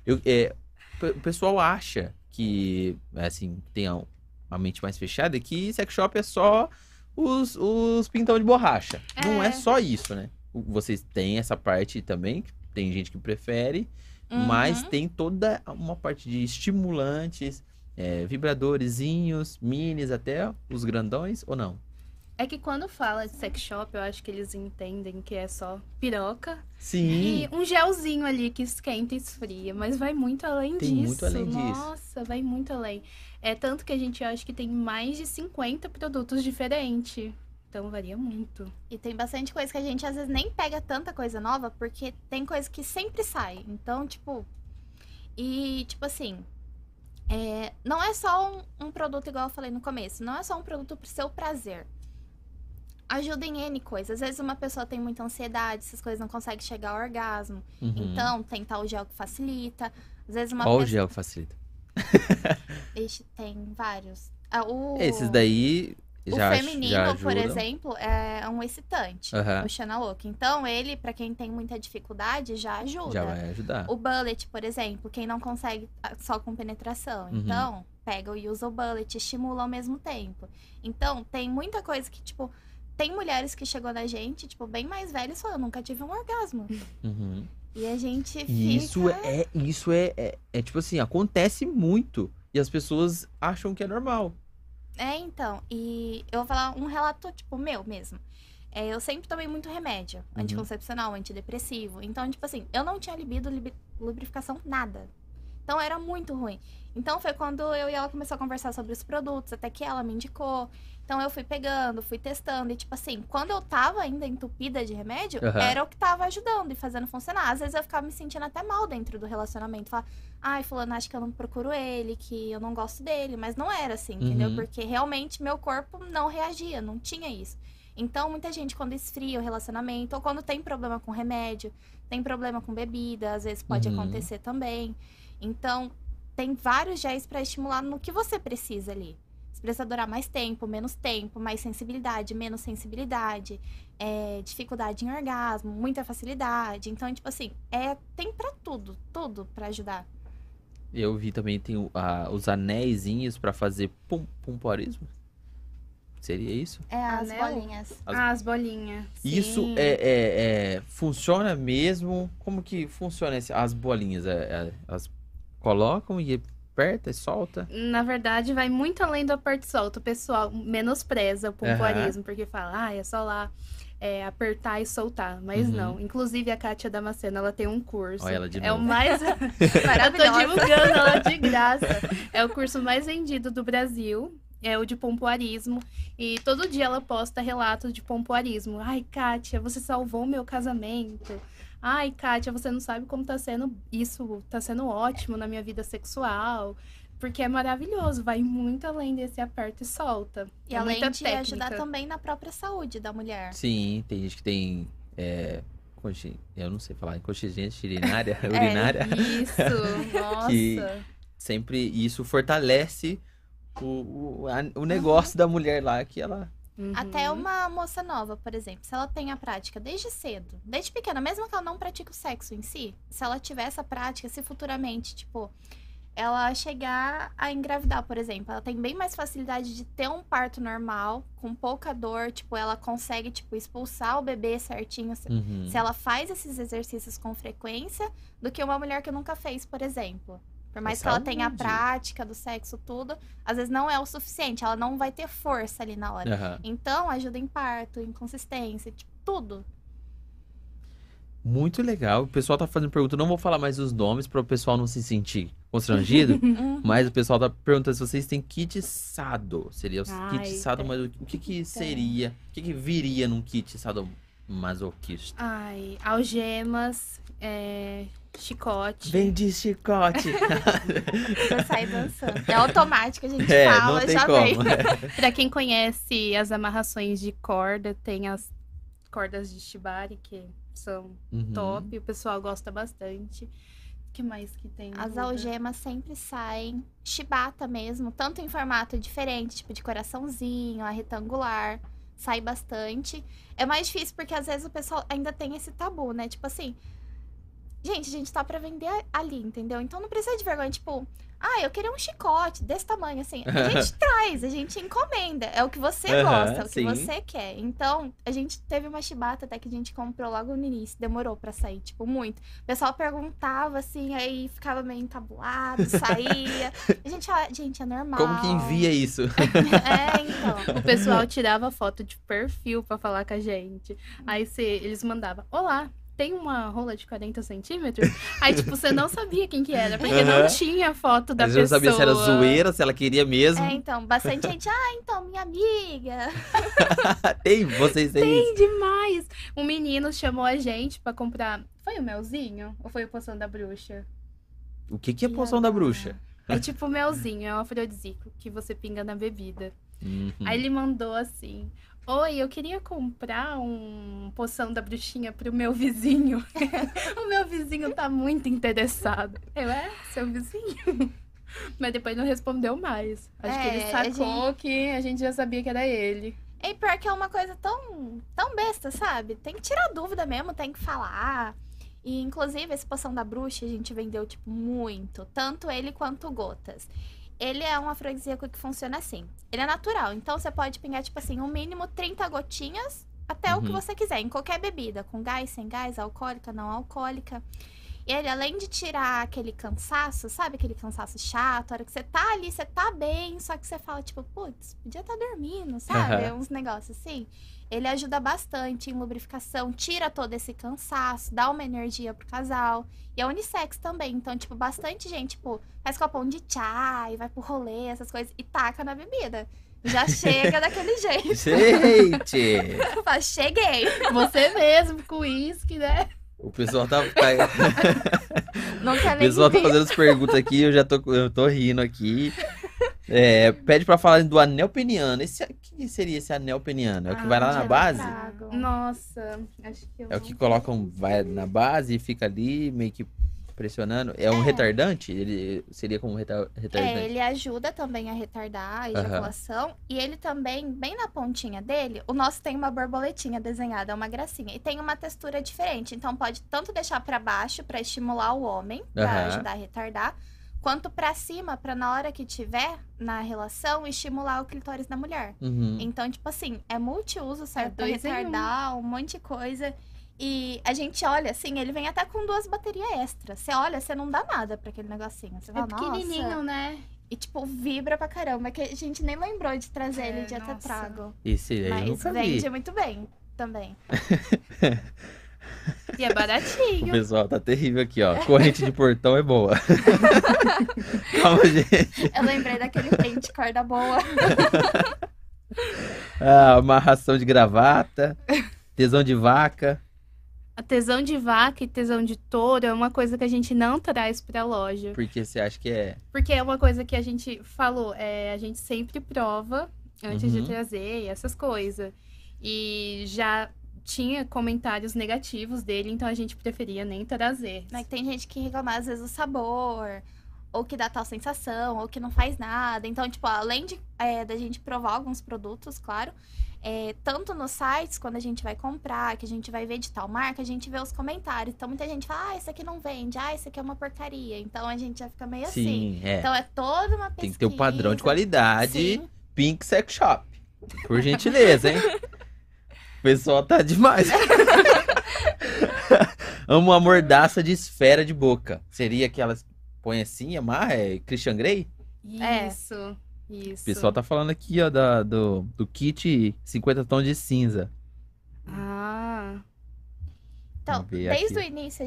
O pessoal acha que, assim, tem a mente mais fechada, que sex shop é só os pintão de borracha. Não é só isso, né? Vocês têm essa parte também, que tem gente que prefere, mas tem toda uma parte de estimulantes, vibradorzinhos, minis, até os grandões, ou não? É que quando fala de sex shop, eu acho que eles entendem que é só piroca Sim. e um gelzinho ali que esquenta e esfria, mas vai muito além Tem disso. muito além disso. Nossa, vai muito além. É tanto que a gente acha que tem mais de 50 produtos diferentes. Então varia muito. E tem bastante coisa que a gente às vezes nem pega tanta coisa nova, porque tem coisa que sempre sai. Então, tipo. E, tipo assim. Não é só um produto, igual eu falei no começo. Não é só um produto pro seu prazer. Ajuda em N coisas. Às vezes uma pessoa tem muita ansiedade, essas coisas não consegue chegar ao orgasmo. Uhum. Então, tem tal gel que facilita. Às vezes uma Qual pessoa. gel facilita? Ixi, tem vários. Esses daí já O feminino, já por ajudam. exemplo, é um excitante, Aham. o Xanalook. Então, ele, pra quem tem muita dificuldade, já ajuda. Já vai ajudar. O bullet, por exemplo, quem não consegue só com penetração. Uhum. Então, pega e usa o bullet, estimula ao mesmo tempo. Então, tem muita coisa que, tipo, tem mulheres que chegou na gente, tipo, bem mais velhas, falou, eu nunca tive um orgasmo. Uhum. E a gente fica... E isso é tipo assim, acontece muito. E as pessoas acham que é normal. Então, e eu vou falar um relato, tipo, meu mesmo. Eu sempre tomei muito remédio, anticoncepcional, antidepressivo. Então, tipo assim, eu não tinha libido, lubrificação, nada. Então, era muito ruim. Então, foi quando eu e ela começou a conversar sobre os produtos, até que ela me indicou. Então, eu fui pegando, fui testando. E, tipo assim, quando eu tava ainda entupida de remédio, era o que tava ajudando e fazendo funcionar. Às vezes, eu ficava me sentindo até mal dentro do relacionamento. Falar, ai, fulano, acho que eu não procuro ele, que eu não gosto dele. Mas não era assim, entendeu? Porque, realmente, meu corpo não reagia, não tinha isso. Então, muita gente, quando esfria o relacionamento, ou quando tem problema com remédio, tem problema com bebida, às vezes pode acontecer também. Então, tem vários géis pra estimular no que você precisa ali. Você precisa durar mais tempo, mais sensibilidade, menos sensibilidade, dificuldade em orgasmo, muita facilidade. Então, tipo assim, tem pra tudo pra ajudar. Eu vi também, tem os anéisinhos pra fazer pompoarismo. Seria isso? As Anel? bolinhas. As bolinhas. Isso Sim. funciona mesmo? Como que funciona as bolinhas? Elas colocam e aperta e solta? Na verdade, vai muito além do aperto e solta. O pessoal menospreza o pompoarismo, porque fala, é só lá apertar e soltar. Mas não. Inclusive, a Kátia Damasceno, ela tem um curso. Olha ela de É o novo. mais... Eu tô divulgando ela de graça. É o curso mais vendido do Brasil. É o de pompoarismo. E todo dia ela posta relatos de pompoarismo. Ai, Kátia, você salvou meu casamento. Ai, Kátia, você não sabe como tá sendo isso, tá sendo ótimo na minha vida sexual. Porque é maravilhoso, vai muito além desse aperta e solta. E é além muita de técnica. ajudar também na própria saúde da mulher. Sim, tem gente que tem... eu não sei falar, incontinência urinária. Isso, nossa. Que sempre isso fortalece o negócio da mulher lá, que ela... Até uma moça nova, por exemplo, se ela tem a prática desde cedo, desde pequena, mesmo que ela não pratique o sexo em si, se ela tiver essa prática, se futuramente, tipo, ela chegar a engravidar, por exemplo, ela tem bem mais facilidade de ter um parto normal, com pouca dor, tipo, ela consegue, tipo, expulsar o bebê certinho, se ela faz esses exercícios com frequência, do que uma mulher que nunca fez, por exemplo. Por mais que ela tenha a prática do sexo, tudo, às vezes não é o suficiente. Ela não vai ter força ali na hora. Então, ajuda em parto, em consistência, tipo, tudo. Muito legal. O pessoal tá fazendo pergunta, eu não vou falar mais os nomes para o pessoal não se sentir constrangido, mas o pessoal tá perguntando se vocês têm kit sado. Seria o Ai, kit sado, mas o que seria? O que viria num kit sadomasoquista? Ai, algemas, chicote. Vem de chicote. Já sai dançando. É automático, a gente Não fala, tem já como. vem. Pra quem conhece as amarrações de corda, tem as cordas de shibari, que são Uhum. top. O pessoal gosta bastante. O que mais que tem? As Duda? algemas sempre saem chibata mesmo, tanto em formato diferente, tipo de coraçãozinho, a retangular, sai bastante. É mais difícil porque às vezes o pessoal ainda tem esse tabu, né? Tipo assim, gente, a gente tá pra vender ali, entendeu? Então não precisa de vergonha, tipo, eu queria um chicote desse tamanho, assim. A gente traz, a gente encomenda. É o que você gosta, é o que sim. você quer. Então, a gente teve uma chibata até que a gente comprou logo no início. Demorou pra sair, tipo, muito. O pessoal perguntava, assim, aí ficava meio encabulado, saía. A gente fala, gente, é normal. Como que envia isso? Então. O pessoal tirava foto de perfil pra falar com a gente. Aí eles mandavam, olá, tem uma rola de 40 centímetros? Aí, tipo, você não sabia quem que era, porque não tinha foto da Às vezes eu pessoa. não sabia se era zoeira, se ela queria mesmo. Então, bastante gente, então, minha amiga. Vocês têm isso. Tem demais! Um menino chamou a gente pra comprar... Foi o melzinho? Ou foi o poção da bruxa? O que é poção da bruxa? É tipo melzinho, é um afrodisíaco que você pinga na bebida. Uhum. Aí ele mandou assim... Oi, eu queria comprar um poção da bruxinha pro meu vizinho. O meu vizinho tá muito interessado. Seu vizinho? Mas depois não respondeu mais. Acho que ele sacou que a gente já sabia que era ele. E pior que é uma coisa tão besta, sabe? Tem que tirar dúvida mesmo, tem que falar. E, inclusive, esse poção da bruxa a gente vendeu, tipo, muito. Tanto ele quanto gotas. Ele é um afrodisíaco que funciona assim. Ele é natural, então você pode pingar, tipo assim, no mínimo 30 gotinhas até o que você quiser, em qualquer bebida. Com gás, sem gás, alcoólica, não alcoólica. E ele, além de tirar aquele cansaço, sabe? Aquele cansaço chato, a hora que você tá ali, você tá bem, só que você fala, tipo, putz, podia estar dormindo, sabe? Uns negócios assim. Ele ajuda bastante em lubrificação, tira todo esse cansaço, dá uma energia pro casal. E é unissex também, então, tipo, bastante gente, tipo, faz copão de chá e vai pro rolê, essas coisas, e taca na bebida. Já chega daquele jeito. Gente! Fala, cheguei. Você mesmo, com uísque, né? O pessoal tá... Não quer O nem pessoal tá ver. fazendo as perguntas aqui, eu tô rindo aqui. Pede pra falar do anel peniano. O que seria esse anel peniano? É o que vai lá na já base? trago. Nossa, acho que eu É o que não- colocam, vai na base e fica ali meio que pressionando. É um retardante? Ele seria como um retardante? Ele ajuda também a retardar a ejaculação. E ele também, bem na pontinha dele, o nosso tem uma borboletinha desenhada, é uma gracinha. E tem uma textura diferente. Então pode tanto deixar pra baixo pra estimular o homem, pra ajudar a retardar, quanto pra cima, pra na hora que tiver na relação, estimular o clitóris da mulher. Uhum. Então, tipo assim, é multiuso, serve pra 2 em 1. retardar um monte de coisa. E a gente olha, assim, ele vem até com 2 baterias extras. Você olha, você não dá nada pra aquele negocinho. Você É fala, pequenininho, nossa. né? E, tipo, vibra pra caramba. Que a gente nem lembrou de trazer ele de até nossa. trago. Esse aí eu Mas nunca vende vi. muito bem também. E é O baratinho. pessoal tá terrível aqui, ó. Corrente de portão é boa. Calma, gente. Eu lembrei daquele print corda boa. Amarração de gravata. Tesão de vaca. A tesão de vaca e tesão de touro é uma coisa que a gente não traz pra loja. Porque você acha que é... Porque é uma coisa que a gente falou, a gente sempre prova antes de Uhum. trazer essas coisas. E já tinha comentários negativos dele, então a gente preferia nem trazer. Mas tem gente que reclama, às vezes, o sabor. Ou que dá tal sensação, ou que não faz nada. Então, tipo, além da gente provar alguns produtos, claro, tanto nos sites, quando a gente vai comprar, que a gente vai ver de tal marca, a gente vê os comentários. Então, muita gente fala, esse aqui não vende, esse aqui é uma porcaria. Então, a gente já fica meio assim. Sim, Então, é toda uma pesquisa. Tem que ter um padrão de qualidade. Sim. Pink Sex Shop. Por gentileza, hein? O pessoal tá demais. Amo uma mordaça de esfera de boca. Seria aquelas... Põe assim, amarra, Christian Grey? Isso, isso. O pessoal tá falando aqui, ó, do kit 50 tons de cinza. Ah, Então, Vamos ver desde o aqui. início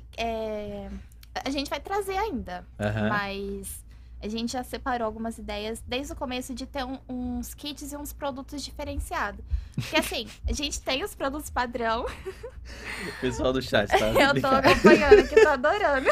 a gente vai trazer ainda, Aham. mas a gente já separou algumas ideias desde o começo de ter uns kits e uns produtos diferenciados. Porque assim, a gente tem os produtos padrão, O pessoal do chat, tá? eu tô acompanhando aqui, tô adorando.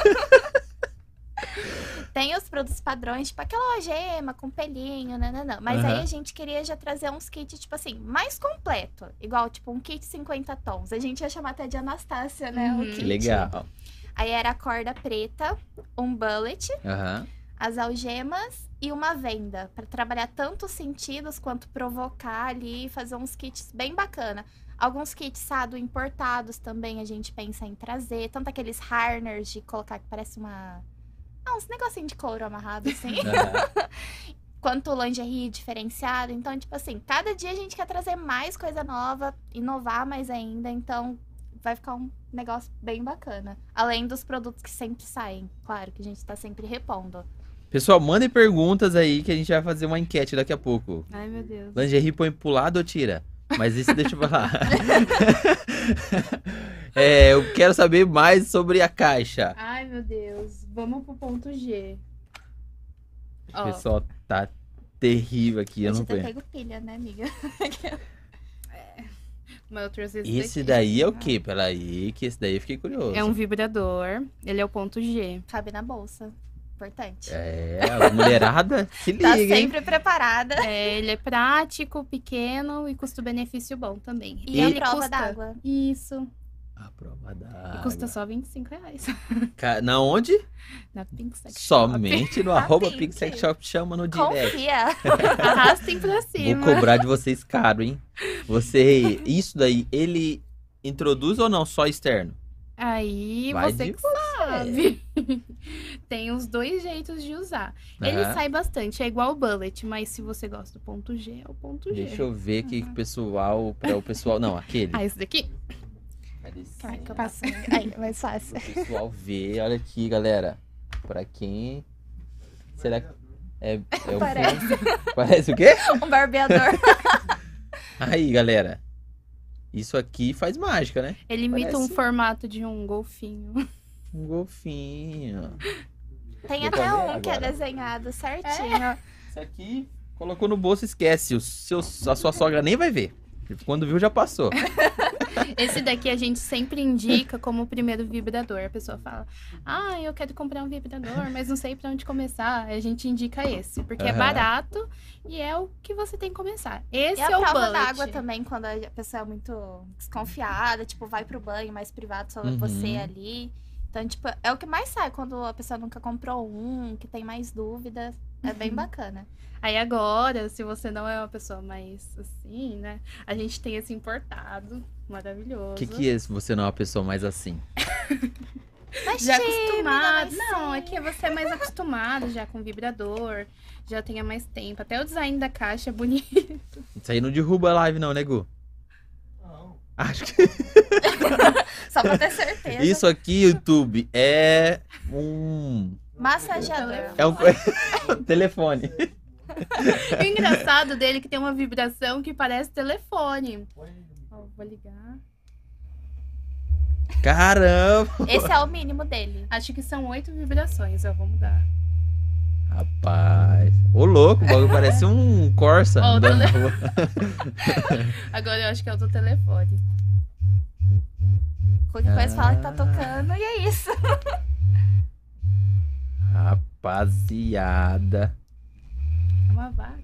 Tem os produtos padrões, tipo aquela algema com pelinho, nananã. Mas aí Aham. a gente queria já trazer uns kits, tipo assim, mais completo. Igual, tipo, um kit 50 tons. A gente ia chamar até de Anastácia, né? Uhum. O Que kit. legal. Aí era a corda preta, um bullet, Aham. as algemas e uma venda. Pra trabalhar tanto os sentidos quanto provocar ali e fazer uns kits bem bacana. Alguns kits, sabe, importados também a gente pensa em trazer. Tanto aqueles harners de colocar que parece uma... uns negocinhos de couro amarrado, assim. Aham. Quanto lingerie diferenciado. Então, tipo assim, cada dia a gente quer trazer mais coisa nova, inovar mais ainda. Então, vai ficar um negócio bem bacana. Além dos produtos que sempre saem. Claro, que a gente tá sempre repondo. Pessoal, mandem perguntas aí que a gente vai fazer uma enquete daqui a pouco. Ai, meu Deus. Lingerie põe pro lado ou tira? Mas isso deixa eu falar. Eu quero saber mais sobre a caixa. Ai, meu Deus. Vamos pro ponto G. O Ó, pessoal tá terrível aqui, eu Eu não já aguento. pego pilha, né, amiga? mas eu trouxe Esse daqui. daí é o quê? Peraí, que esse daí eu fiquei curioso. É um vibrador. Ele é o ponto G. Cabe na bolsa. Importante. A mulherada, se Tá liga, hein? sempre preparada. Ele é prático, pequeno e custo-benefício bom também. E ele a prova custa... d'água. Isso. A prova E custa da só R$25. Na onde? Na Pink Sex Shop. Somente no Na arroba Pink. Pink Sex Shop, chama no direct. Confia. Arrastem pra cima. Vou cobrar de vocês caro, hein? Isso daí, ele introduz ou não? Só externo? Aí Vai você de que sabe. Tem os dois jeitos de usar. Ele Aham. sai bastante, é igual o bullet, mas se você gosta do ponto G, é o ponto G. Deixa eu ver aqui que o pessoal, para o pessoal, não, aquele. Ah, esse daqui? Cadê esse? Como é que eu Passa. passo? Aí, mais fácil. O pessoal ver, olha aqui, galera. Pra quem... Será que... É um Parece. Parece o quê? Um barbeador. Aí, galera. Isso aqui faz mágica, né? Ele imita um Parece. formato de um golfinho. Um golfinho. Tem Vou até fazer um que é agora. desenhado certinho. Isso aqui, colocou no bolso, esquece. A sua sogra nem vai ver. Quando viu, já passou. Esse daqui a gente sempre indica como o primeiro vibrador. A pessoa fala, eu quero comprar um vibrador, mas não sei pra onde começar. Aí a gente indica esse, porque é Aham. barato e é o que você tem que começar. Esse E a é o prova bullet. d'água também, quando a pessoa é muito desconfiada, tipo, vai pro banho mais privado, só você ali. Então, tipo, é o que mais sai quando a pessoa nunca comprou um, que tem mais dúvidas. É bem bacana. Aí agora, se você não é uma pessoa mais assim, né? A gente tem esse importado, maravilhoso. O que é se você não é uma pessoa mais assim? Mas Já tímida, acostumado. mas Não, é sim. que você é mais acostumado já com vibrador, já tem há mais tempo. Até o design da caixa é bonito. Isso aí não derruba a live não, né, Gu? Não. Acho que Só pra ter certeza. isso aqui, YouTube, é um... Massageador. É um telefone. E o engraçado dele é que tem uma vibração que parece telefone. Ó, vou ligar. Caramba! Esse é o mínimo dele. Acho que são 8 vibrações, ó, vou mudar. Rapaz. Ô, louco, o bagulho parece um Corsa. Ó, o andando na tele- rua. Agora eu acho que é o do telefone. Qualquer coisa fala que tá tocando e é isso. Rapaziada. É uma vaca.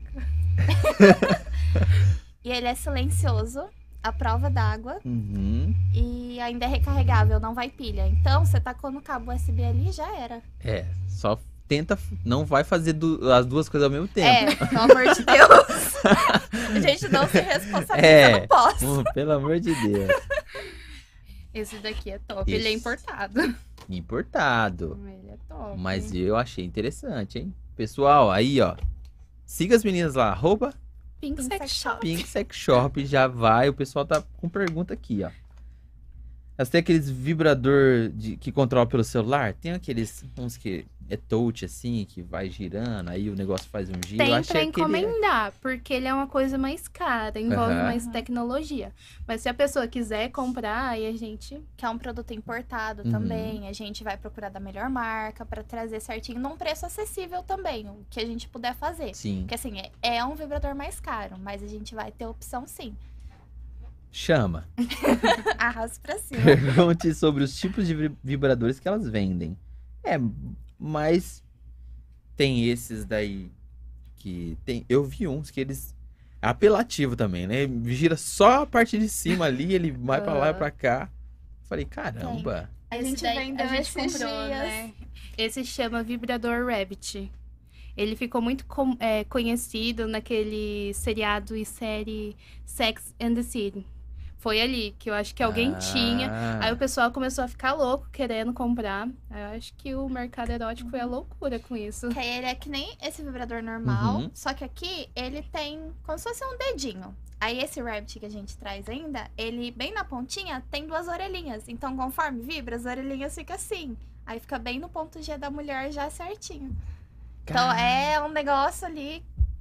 E ele é silencioso, à prova d'água Uhum. e ainda é recarregável, não vai pilha. Então, você tacou no cabo USB ali, já era. Só tenta... Não vai fazer as duas coisas ao mesmo tempo. É, pelo amor de Deus. A gente não se responsabiliza, É. não posso. Pelo amor de Deus. Esse daqui é top. Ele é Esse. importado. Importado. Ele é top. Mas eu achei interessante, hein? Pessoal, aí, ó. Siga as meninas lá, arroba Pink Pink Sex Sex Shop. Pink Sex Shop, já vai. O pessoal tá com pergunta aqui, ó. Elas têm aqueles vibrador que controla pelo celular? Tem aqueles, uns que é touch, assim, que vai girando, aí o negócio faz um giro. Eu Tem achei pra aquele... encomendar, porque ele é uma coisa mais cara, envolve Aham. mais tecnologia. Mas se a pessoa quiser comprar, aí a gente... Que é um produto importado Uhum. também. A gente vai procurar da melhor marca pra trazer certinho num preço acessível também, o que a gente puder fazer. Sim. Porque assim, é um vibrador mais caro, mas a gente vai ter opção sim. Chama. Arraso pra cima. Pergunte sobre os tipos de vibradores que elas vendem. Mas tem esses daí que tem. Eu vi uns que eles. É apelativo também, né? Gira só a parte de cima ali, ele vai pra lá e pra cá. Falei, caramba. A Esse gente daí vendeu a gente esses comprou, dias. né? Esse chama Vibrador Rabbit. Ele ficou muito conhecido naquele seriado e série Sex and the City. Foi ali que eu acho que alguém tinha. Aí o pessoal começou a ficar louco querendo comprar. Eu acho que o mercado erótico foi a loucura com isso. Que aí ele é que nem esse vibrador normal, Uhum. só que aqui ele tem como se fosse um dedinho. Aí esse Rabbit que a gente traz ainda, ele bem na pontinha tem 2 orelhinhas. Então conforme vibra, as orelhinhas ficam assim. Aí fica bem no ponto G da mulher já certinho. Então é um negócio ali.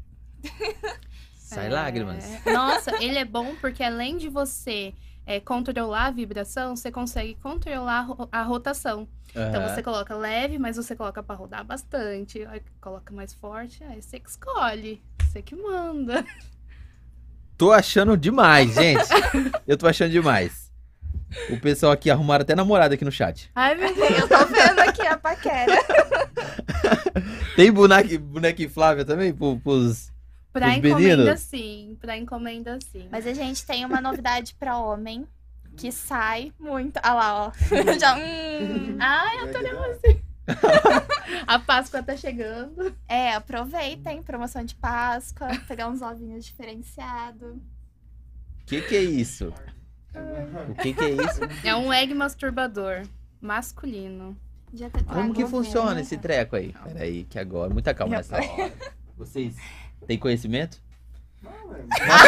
Sai lágrimas. Nossa, ele é bom porque além de você controlar a vibração, você consegue controlar a rotação. Então Aham. você coloca leve, mas você coloca pra rodar bastante. Aí coloca mais forte, aí você que escolhe. Você que manda. Tô achando demais, gente. Eu tô achando demais. O pessoal aqui arrumaram até namorada aqui no chat. Ai, meu Deus. Eu tô vendo aqui a paquera. Tem bonequinho Flávia também? Pros Pra Os encomenda, meninos? sim. Pra encomenda, sim. Mas a gente tem uma novidade pra homem que sai muito. Ah lá, ó. Já, Ai, eu tô nervosa. A Páscoa tá chegando. aproveitem, promoção de Páscoa, pegar uns ovinhos diferenciados. que é isso? O que é isso? É um egg masturbador masculino. Já te trago Como que um funciona vinho. esse treco aí? Peraí, que agora, muita calma nessa hora. Vocês têm conhecimento? Não, velho.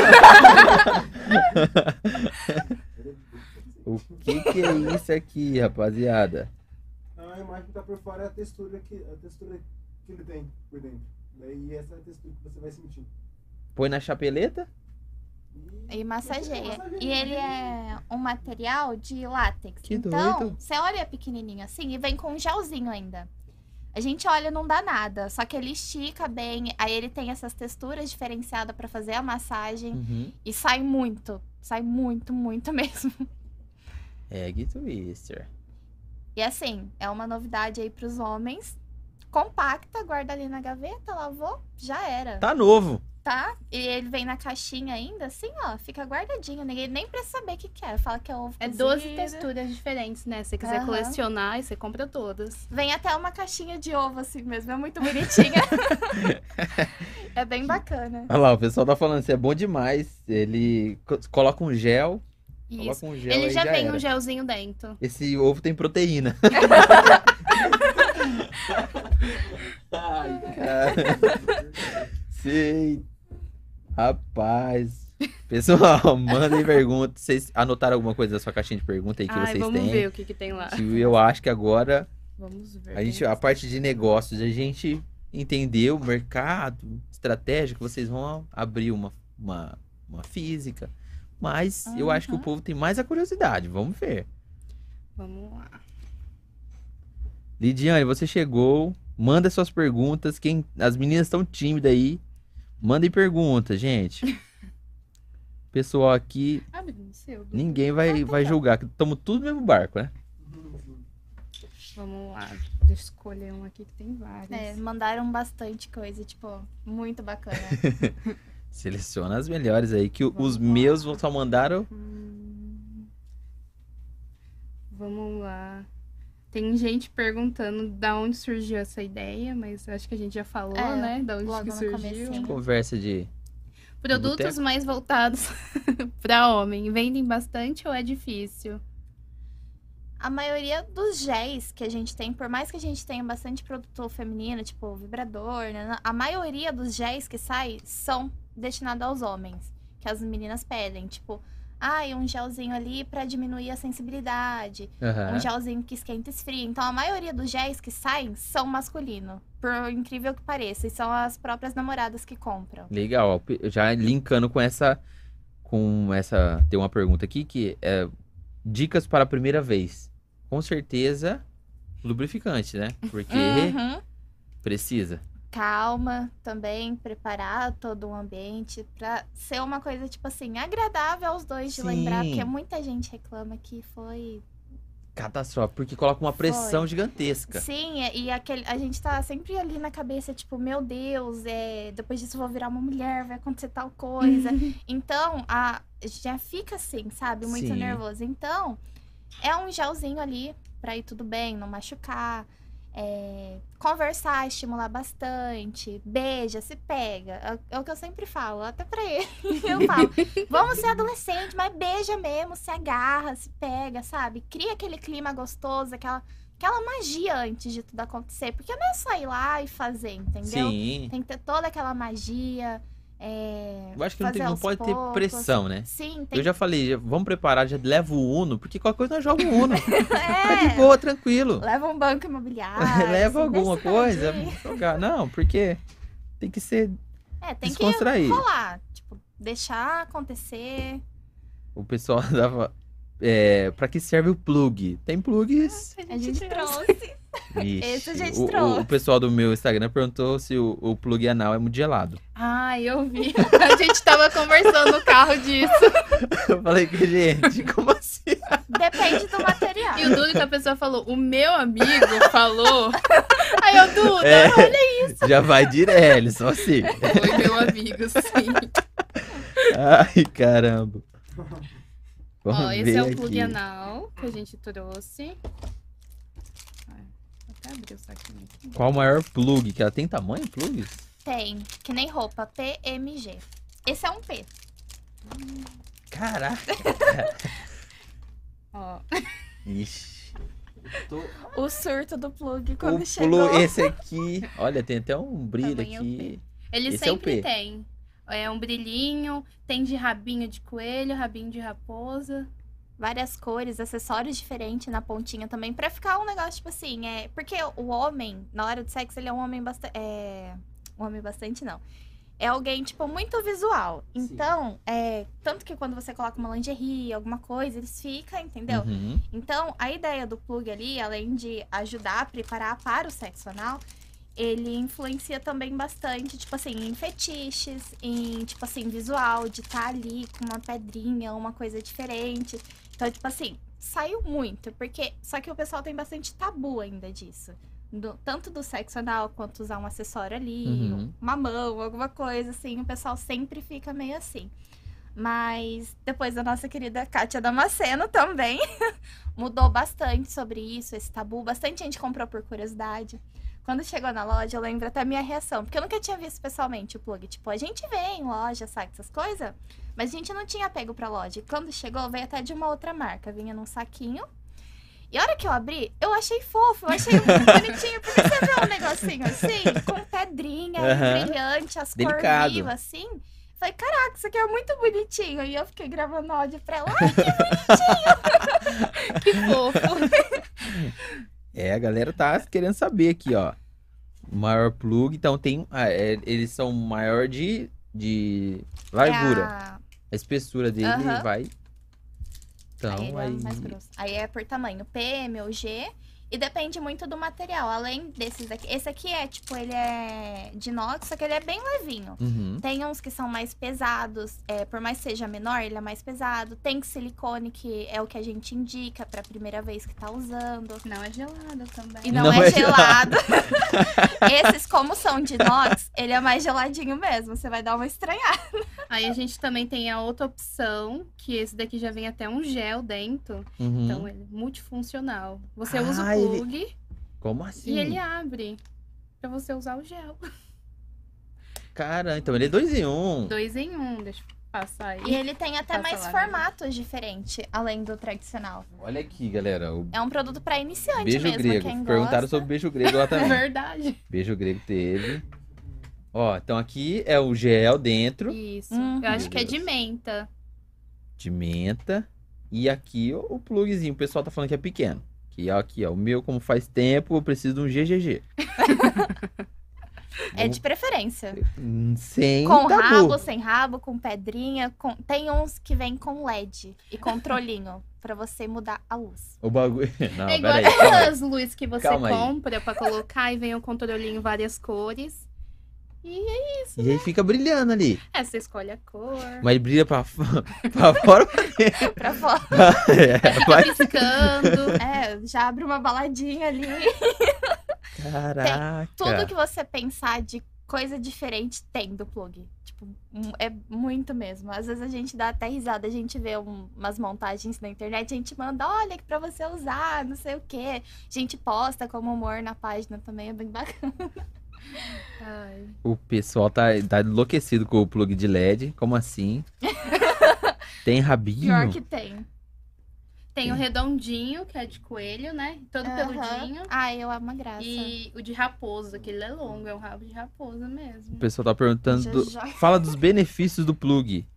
O que é isso aqui, rapaziada? Não, a imagem que tá por fora é a textura que ele tem por dentro. Daí essa é a textura que você vai sentir. Põe na chapeleta? E massageia. E ele é um material de látex. Que então, doido. você olha pequenininho assim e vem com um gelzinho ainda. A gente olha, não dá nada. Só que ele estica bem. Aí ele tem essas texturas diferenciadas pra fazer a massagem. Uhum. E sai muito. Sai muito, muito mesmo. Egg Twister. E assim, é uma novidade aí pros homens. Compacta, guarda ali na gaveta, lavou, já era. Tá novo. Tá? E ele vem na caixinha ainda, assim, ó, fica guardadinho. Ninguém nem precisa saber o que é. Fala que é ovo É cozido. 12 texturas diferentes, né? Se você quiser Aham. colecionar, aí você compra todas. Vem até uma caixinha de ovo, assim mesmo. É muito bonitinha. É bem bacana. Olha lá, o pessoal tá falando assim, é bom demais. Ele coloca um gel, Isso. coloca um gel Ele aí já vem era. um gelzinho dentro. Esse ovo tem proteína. Ai, cara. Sei. Rapaz. Pessoal, mandem perguntas. Vocês anotaram alguma coisa da sua caixinha de pergunta aí que Ai, vocês vamos têm? ver o que tem lá. Que eu acho que agora Vamos ver. a parte de negócios, a gente entendeu o mercado estratégico, vocês vão abrir uma física. Mas eu acho que o povo tem mais a curiosidade. Vamos ver. Vamos lá. Lidiane, você chegou. Manda suas perguntas. As meninas estão tímidas aí. Mandem perguntas, gente. Pessoal aquaqui, Abre no seu. Dudu. ninguém vai julgar. Estamos tudo no mesmo barco, né? Vamos lá. Deixa eu escolher um aqui que tem vários. Mandaram bastante coisa, tipo, muito bacana. Seleciona as melhores aí. Que os Vamos meus só mandaram. Vamos lá. Tem gente perguntando da onde surgiu essa ideia, mas acho que a gente já falou, né? Da onde logo que no surgiu. comecinho. Conversa de. Produtos boteco? mais voltados para homem. Vendem bastante ou é difícil? A maioria dos géis que a gente tem, por mais que a gente tenha bastante produto feminino, tipo vibrador, né? A maioria dos géis que sai são destinados aos homens, que as meninas pedem. Tipo, um gelzinho ali pra diminuir a sensibilidade. Aham. Um gelzinho que esquenta e esfria. Então, a maioria dos géis que saem são masculino. Por incrível que pareça. E são as próprias namoradas que compram. Legal, ó, já linkando com essa, tem uma pergunta aqui que é dicas para a primeira vez. Com certeza, lubrificante, né? Porque Uhum. precisa. Calma também, preparar todo o ambiente pra ser uma coisa, tipo assim, agradável aos dois de lembrar, Sim. porque muita gente reclama que foi. Catástrofe, porque coloca uma pressão Foi. gigantesca. Sim, e a gente tá sempre ali na cabeça, tipo, meu Deus, depois disso eu vou virar uma mulher, vai acontecer tal coisa. Então, já fica assim, sabe? Muito Sim. nervoso. Então, é um gelzinho ali pra ir tudo bem, não machucar. Conversar, estimular bastante, beija, se pega. É o que eu sempre falo, até pra ele. Eu falo, vamos ser adolescente, mas beija mesmo, se agarra, se pega, sabe? Cria aquele clima gostoso, aquela magia antes de tudo acontecer. Porque não é só ir lá e fazer, entendeu? Sim. Tem que ter toda aquela magia. Eu acho que não, fazer não aos pode ter poucos. pressão, né? Sim, tem Eu já falei, vamos preparar, já leva o Uno, porque qualquer coisa nós joga o Uno. Tá de é, boa, tranquilo. leva um banco imobiliário. Leva assim, alguma deixa coisa, ali. jogar. Não, porque tem que ser Tem que descontraído. rolar. Tipo, deixar acontecer. O pessoal dava. Pra que serve o plug? Tem plugs. A gente trouxe. Vixe, esse a gente o trouxe. pessoal do meu Instagram perguntou se o plug anal é muito gelado. Ah, eu vi. A gente tava conversando no carro disso. Eu falei que, gente, como assim? Depende do material. E o Duda, que a pessoa falou, o meu amigo falou. Aí eu, Duda, Já vai direto, só assim. foi meu amigo, sim. Ai, caramba. Vamos Ó, esse ver é o aqui. plug anal que a gente trouxe. Ai, vou até abrir o saquinho aqui. Qual o maior plug? Que ela tem tamanho, plugs? Tem, que nem roupa, PMG. Esse é um P. Caraca. Ó, Ixi. O surto do plug O quando chegou. esse aqui, olha, tem até um brilho Tamanho aqui. ele Esse é o sempre P. tem. É um brilhinho, tem de rabinho de coelho, rabinho de raposa. Várias cores, acessórios diferentes na pontinha também, pra ficar um negócio, tipo assim, porque o homem, na hora do sexo, ele é um homem bastante, um homem bastante, não. É alguém, tipo, muito visual. Sim. Então, tanto que quando você coloca uma lingerie, alguma coisa, eles ficam, entendeu? Uhum. Então, a ideia do plug ali, além de ajudar a preparar para o sexo anal, ele influencia também bastante, tipo assim, em fetiches, em, tipo assim, visual, de estar ali com uma pedrinha, uma coisa diferente. Então, tipo assim, saiu muito, porque... Só que o pessoal tem bastante tabu ainda disso. Tanto do sexo anal, quanto usar um acessório ali, Uhum. uma mão, alguma coisa, assim. O pessoal sempre fica meio assim. Mas depois da nossa querida Kátia Damasceno também mudou bastante sobre isso, esse tabu. Bastante gente comprou por curiosidade. Quando chegou na loja, eu lembro até a minha reação. Porque eu nunca tinha visto pessoalmente o plug. Tipo, a gente vê em loja, sabe, essas coisas. Mas a gente não tinha pego pra loja. E quando chegou, veio até de uma outra marca. Vinha num saquinho. E a hora que eu abri, eu achei fofo. Eu achei muito bonitinho. Porque você vê um negocinho assim, com pedrinha, Aham. brilhante, as cores Delicado. vivas, assim. Falei, caraca, isso aqui é muito bonitinho. E eu fiquei gravando áudio pra ela. Ai, Que fofo. A galera tá querendo saber aqui, ó. Maior plug, então tem. Eles são maior de largura. A espessura dele Aham. vai. Então, Aí ele é aí. mais grosso. Aí é por tamanho P, M ou G. E depende muito do material. Além desses aqui. Esse aqui é, tipo, ele é de inox, só que ele é bem levinho. Uhum. Tem uns que são mais pesados. Por mais que seja menor, ele é mais pesado. Tem silicone, que é o que a gente indica pra primeira vez que tá usando. Não é gelada também. E não, Não é é gelado. Esses, como são de inox, ele é mais geladinho mesmo. Você vai dar uma estranhada. Aí a gente também tem a outra opção, que esse daqui já vem até um gel dentro. Uhum. Então, ele é multifuncional. Você Ah, usa o ele- plug Como assim? e ele abre pra você usar o gel. Cara, então ele é 2 em 1. 2 em 1, deixa eu passar aí. E ele tem até Passa mais lá, formatos diferentes, além do tradicional. Olha aqui, galera. O É um produto pra iniciante beijo mesmo, grego. quem Perguntaram gosta. sobre beijo grego lá É também. verdade. Beijo grego teve. Ó, então aqui é o gel dentro. Isso. Uhum. Eu acho que é de Deus. menta. de menta. E aqui o plugzinho, o pessoal tá falando que é pequeno. Que aqui, ó, o meu, como faz tempo, eu preciso de um GGG. É de preferência. Sem Com tabu. rabo, sem rabo, com pedrinha. Tem uns que vem com LED e controlinho pra você mudar a luz. O bagulho... Não, É igual peraí, calma aí. aquelas luzes que você Calma aí. compra pra colocar e vem o controlinho em várias cores. E E aí fica brilhando ali. você escolhe a cor. Mas brilha pra fora ou pra dentro? Pra fora. Fica Vai... piscando. Já abre uma baladinha ali. Caraca. Tudo que você pensar de coisa diferente tem do plug. Tipo, é muito mesmo. Às vezes a gente dá até risada, a gente vê umas montagens na internet, a gente manda, olha aqui pra você usar, não sei o quê. A gente posta como humor na página também, é bem bacana. Ai. O pessoal tá enlouquecido com o plug de LED. Como assim? Tem rabinho? Pior que tem. Tem o redondinho, que é de coelho, né? Todo peludinho. Ai, eu amo a graça. E o de raposa, que ele é longo, é um rabo de raposa O mesmo. pessoal tá perguntando... Já. Fala dos benefícios do plug.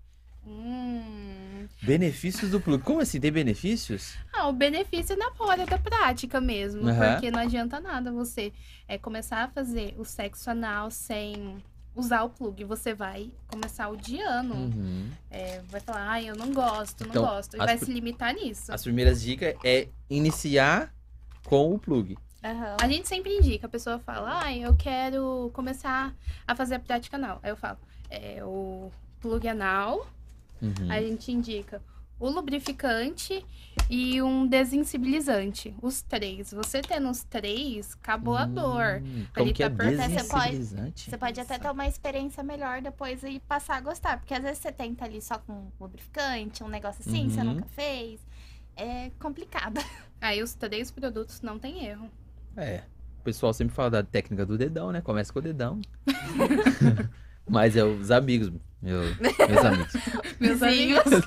Hum. Benefícios do plug. Como assim? Tem benefícios? O benefício é na hora da prática mesmo. Aham. Porque não adianta nada você começar a fazer o sexo anal sem usar o plug. Você vai começar odiando. Uhum. Vai falar, ai, eu não gosto, Então, não gosto. E as vai pr- se limitar nisso. As primeiras dicas é iniciar com o plug. Aham. A gente sempre indica, a pessoa fala, ai, eu quero começar a fazer a prática anal. Aí eu falo, o plug anal, Uhum. a gente indica o lubrificante e um desensibilizante. Os 3. Você tendo os 3, acabou a dor. Como Ele que é tá perfeito. desensibilizante? Você pode até ter uma experiência melhor depois e passar a gostar. Porque às vezes você tenta ali só com lubrificante, um negócio assim, você Uhum. nunca fez. É complicado. Aí os 3 produtos não tem erro. O pessoal sempre fala da técnica do dedão, né? Começa com o dedão. Mas é os amigos, meus amigos. Meus Vizinhos. amigos.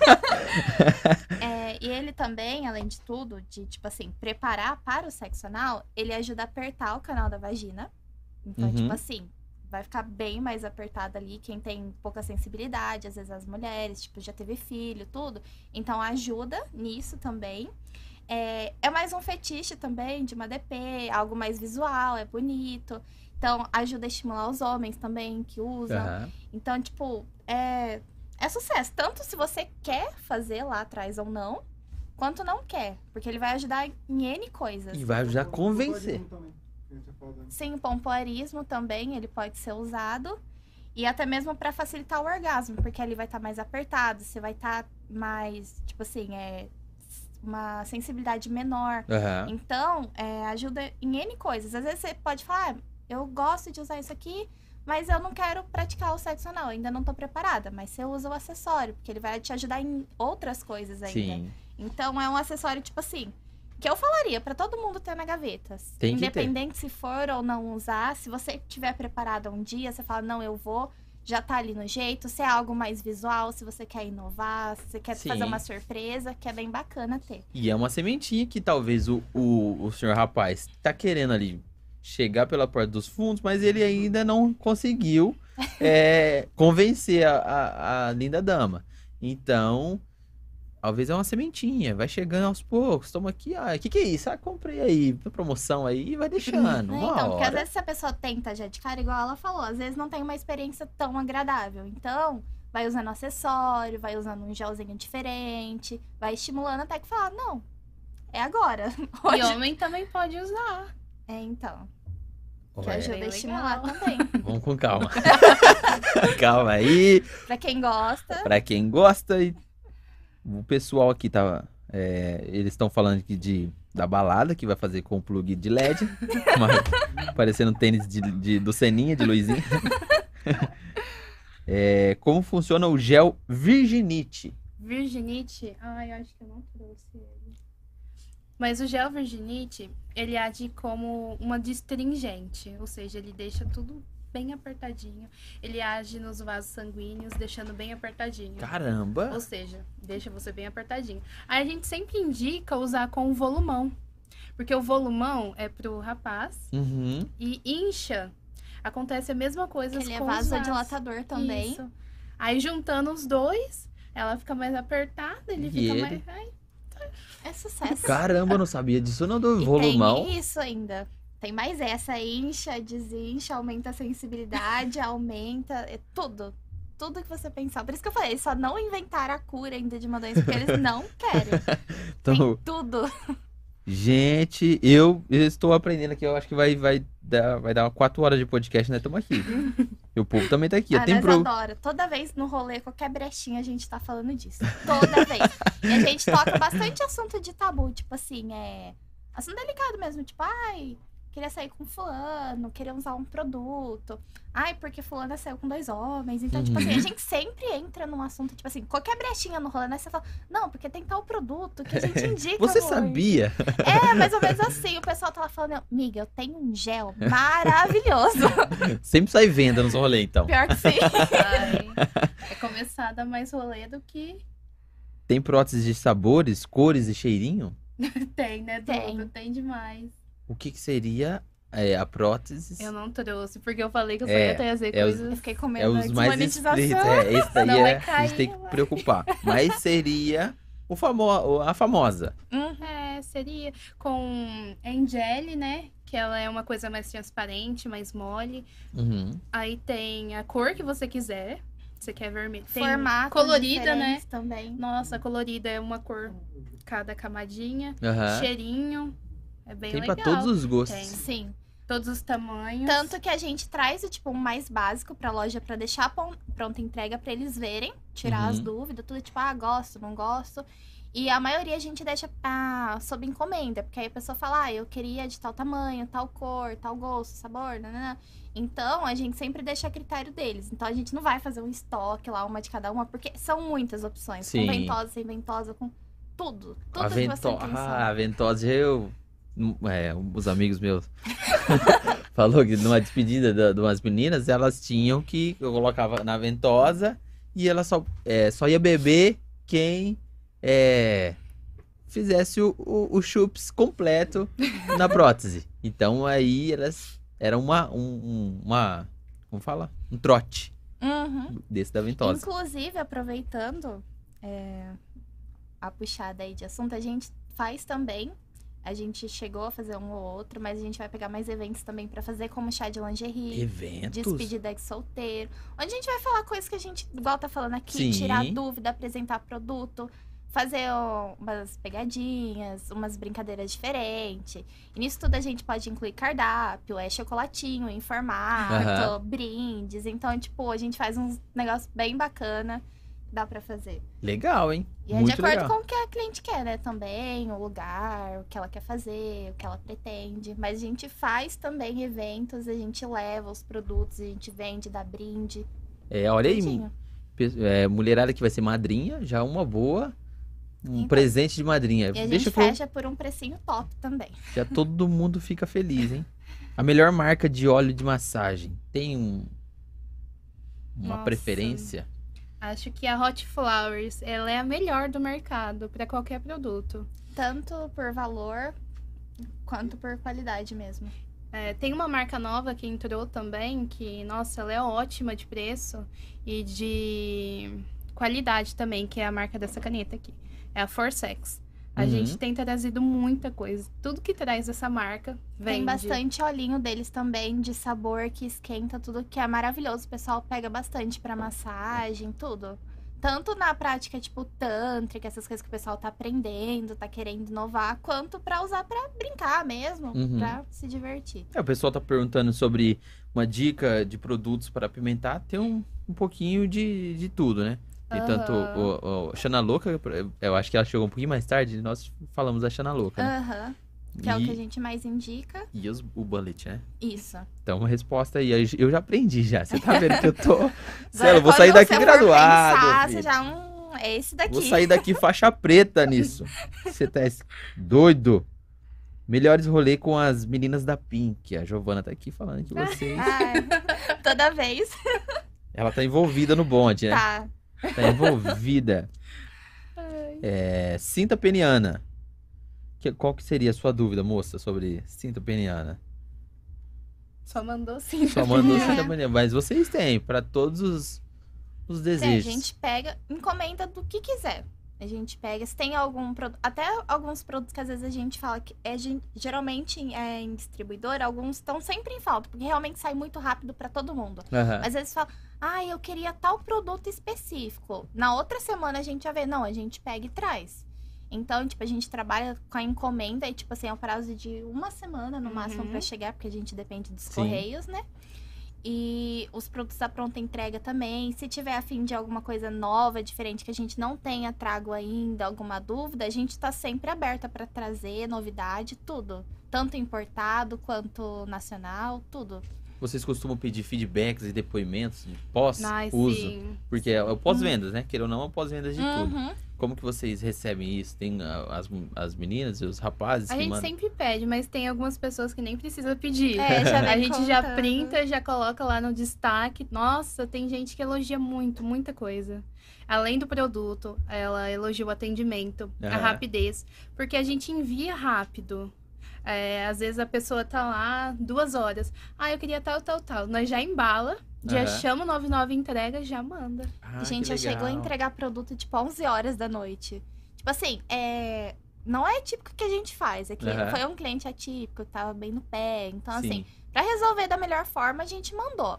E ele também, além de tudo, de, tipo assim, preparar para o sexo anal, ele ajuda a apertar o canal da vagina. Então, Uhum. tipo assim, vai ficar bem mais apertado ali. Quem tem pouca sensibilidade, às vezes as mulheres, tipo, já teve filho, tudo. Então, ajuda nisso também. É mais um fetiche também, de uma DP, algo mais visual, é bonito. Então, ajuda a estimular os homens também, que usam. Aham. Então, tipo, é sucesso. Tanto se você quer fazer lá atrás ou não, quanto não quer. Porque ele vai ajudar em N coisas. E vai ajudar a convencer. Também, que a gente falou antes. Sim, o pompoarismo também, ele pode ser usado. E até mesmo pra facilitar o orgasmo, porque ali vai estar mais apertado, você vai estar mais, tipo assim, uma sensibilidade menor. Aham. Então, ajuda em N coisas. Às vezes você pode falar, eu gosto de usar isso aqui, mas eu não quero praticar o sexo anal, ainda não tô preparada. Mas você usa o acessório, porque ele vai te ajudar em outras coisas ainda. Sim. Então, é um acessório, tipo assim, que eu falaria pra todo mundo ter na gaveta. Tem que ter. Independente se for ou não usar, se você tiver preparada um dia, você fala, não, eu vou, já tá ali no jeito. Se é algo mais visual, se você quer inovar, se você quer Sim. fazer uma surpresa, que é bem bacana ter. E é uma sementinha que talvez o senhor rapaz tá querendo ali chegar pela porta dos fundos, mas ele ainda não conseguiu convencer a linda dama. Então, talvez é uma sementinha, vai chegando aos poucos, toma aqui, o que é isso? comprei aí, promoção aí, e vai deixando, uma Então, porque às hora. vezes se a pessoa tenta já de cara, igual ela falou, às vezes não tem uma experiência tão agradável. Então, vai usando acessório, vai usando um gelzinho diferente, vai estimulando até que fala, não, é agora. E Hoje... homem também pode usar. Então, que Olha, ajuda a bem estimular legal. também. vamos com calma. Calma aí. Pra quem gosta, Pra quem gosta, e o pessoal aqui tá. Eles estão falando aqui da balada que vai fazer com o plug de LED, parecendo um tênis do Seninha, de Luizinho. Como funciona o gel Virginite? Virginite, eu acho que eu não trouxe ele. Mas o gel Virginite, ele age como uma destringente, ou seja, ele deixa tudo bem apertadinho. Ele age nos vasos sanguíneos, deixando bem apertadinho. Caramba! Ou seja, deixa você bem apertadinho. Aí a gente sempre indica usar com o volumão. Porque o volumão é pro rapaz Uhum. e incha. Acontece a mesma coisa ele é com os vasos. vasodilatador também. Isso. Aí juntando os dois, Ela fica mais apertada, ele E fica ele? mais. Ai, É sucesso. Caramba, eu não sabia disso não, do E volumão. tem isso ainda. Tem mais essa, incha, desincha, aumenta a sensibilidade, aumenta, é tudo. Tudo que você pensar. Por isso que eu falei, eles só não inventaram a cura ainda de uma doença, porque eles não querem. Então, Tem tudo. gente, eu estou aprendendo aqui, eu acho que vai dar 4 horas de podcast, né? Estamos aqui. E o povo também tá aqui. Ah, nós adora. Toda vez no rolê, qualquer brechinha, a gente tá falando disso. Toda vez. E a gente toca bastante assunto de tabu, tipo assim, assunto delicado mesmo, tipo, ai, queria sair com fulano, queria usar um produto. Ai, porque fulana saiu com 2 homens. Então, tipo assim, a gente sempre entra num assunto, tipo assim, qualquer brechinha no rolê, né? Você fala, não, porque tem tal produto que a gente indica. Você amor. sabia? É, mais ou menos assim. O pessoal tá lá falando, amiga, eu tenho um gel maravilhoso. Sempre sai venda nos rolês, então. Pior que sim. ai. É começar a dar mais rolê do que Tem próteses de sabores, cores e cheirinho? tem, né? Tem. Tudo, tem demais. O que seria a prótese? Eu não trouxe, porque eu falei que eu só É, ia trazer é os- coisas. Eu fiquei com É medo da os mais desmonetização. explícitos. Esse daí Não vai a gente cair, tem que vai. preocupar. Mas seria a famosa. Uhum. Seria com Angeli, né? Que ela é uma coisa mais transparente, mais mole. Uhum. Aí tem a cor que você quiser. Você quer vermelho. Tem Formato colorida, né? também. Nossa, colorida é uma cor cada camadinha. Aham. Cheirinho. É bem Tem legal. pra todos os gostos. Tem. Sim. Todos os tamanhos. Tanto que a gente traz o tipo um mais básico pra loja pra deixar pronta entrega pra eles verem, tirar as Uhum. dúvidas, tudo tipo, ah, gosto, não gosto. E a maioria a gente deixa sob encomenda, porque aí a pessoa fala, ah, eu queria de tal tamanho, tal cor, tal gosto, sabor, nanana. Então, a gente sempre deixa a critério deles. Então, a gente não vai fazer um estoque lá, uma de cada uma, porque são muitas opções. Sim. Com ventosa, sem ventosa, com tudo. Tudo A que você ventosa. pensar. A ventosa, os amigos meus falou que numa despedida de umas meninas, elas tinham que eu colocava na ventosa e ela só ia beber quem fizesse o chups completo na prótese. Então aí elas era como fala? Um trote Uhum. desse da ventosa. Inclusive, aproveitando a puxada aí de assunto, a gente faz também. A gente chegou a fazer um ou outro, mas a gente vai pegar mais eventos também pra fazer, como chá de lingerie, Eventos? despedida de solteiro. Onde a gente vai falar coisas que a gente, igual tá falando aqui, Sim. tirar dúvida, apresentar produto, fazer umas pegadinhas, umas brincadeiras diferentes. E nisso tudo a gente pode incluir cardápio, chocolatinho em formato, Aham. brindes. Então, tipo, a gente faz uns negócios bem bacana, dá pra fazer. Legal, hein? E é de Muito acordo legal. com o que a cliente quer, né? Também, o lugar, o que ela quer fazer, o que ela pretende. Mas a gente faz também eventos, a gente leva os produtos, a gente vende, dá brinde. Olha aí, tudinho. mulherada que vai ser madrinha, já uma boa. Um Então. presente de madrinha. E a Deixa gente que eu- fecha por um precinho top também. já todo mundo fica feliz, hein? A melhor marca de óleo de massagem. Tem uma Nossa. preferência? Acho que a Hot Flowers, ela é a melhor do mercado para qualquer produto. Tanto por valor, quanto por qualidade mesmo. Tem uma marca nova que entrou também, que, nossa, ela é ótima de preço e de qualidade também, que é a marca dessa caneta aqui. É a Forcex. A Uhum. gente tem trazido muita coisa. Tudo que traz essa marca vende. Tem bastante olhinho deles também, de sabor, que esquenta tudo, que é maravilhoso. O pessoal pega bastante pra massagem, tudo. Tanto na prática, tipo, tântrica, essas coisas que o pessoal tá aprendendo, tá querendo inovar, quanto pra usar pra brincar mesmo, Uhum. pra se divertir. O pessoal tá perguntando sobre uma dica de produtos para apimentar. Tem um pouquinho de tudo, né? Tem tanto o Xana Louca, eu acho que ela chegou um pouquinho mais tarde, nós falamos da Xana Louca, né? Aham. Que é o que a gente mais indica. E o Bullet, né? Isso. Então, uma resposta aí. Eu já aprendi já. Você tá vendo que eu tô... Agora, Sério, eu vou quando sair daqui você for graduado. pensar, filho. você já, é esse daqui. Vou sair daqui faixa preta nisso. Você tá doido? Melhores rolê com as meninas da Pink. A Giovana tá aqui falando que vocês... Ai, toda vez. Ela tá envolvida no bonde, né? Tá. Tá envolvida. Cinta peniana. Qual que seria a sua dúvida, moça, sobre cinta peniana? Só mandou sim. Só mandou É. cinta peniana. Mas vocês têm, pra todos os Sim, desejos. a gente pega, encomenda do que quiser. A gente pega, se tem algum produto, até alguns produtos que às vezes a gente fala que geralmente em distribuidor, alguns estão sempre em falta, porque realmente sai muito rápido pra todo mundo. Aham. Às vezes fala, eu queria tal produto específico. Na outra semana a gente já vê, não, a gente pega e traz. Então, tipo, a gente trabalha com a encomenda e, tipo assim, é um prazo de uma semana no máximo pra chegar, porque a gente depende dos Sim. correios, né? E os produtos da pronta entrega também. Se tiver a fim de alguma coisa nova, diferente, que a gente não tenha trago ainda, alguma dúvida, a gente tá sempre aberta pra trazer novidade, tudo. Tanto importado quanto nacional, tudo. Vocês costumam pedir feedbacks e depoimentos Ai, pós-uso? sim. Porque é o pós-vendas, né? Queira ou não, é o pós-vendas de tudo. Uhum. Como que vocês recebem isso? Tem as meninas e os rapazes A que gente mandam? sempre pede, mas tem algumas pessoas que nem precisa pedir. Já A vem gente já contando. printa, já coloca lá no destaque. Nossa, tem gente que elogia muito, muita coisa. Além do produto, ela elogia o atendimento, a Aham. rapidez. Porque a gente envia rápido. Às vezes a pessoa tá lá 2 horas. Eu queria tal. Nós já embala, já Aham. chama o 99 entrega, já manda. A gente já que chegou a legal. entregar produto, tipo, 11 horas da noite. Tipo assim, não é típico que a gente faz. É que Aham. foi um cliente atípico, que tava bem no pé. Então, Sim. assim, pra resolver da melhor forma, a gente mandou.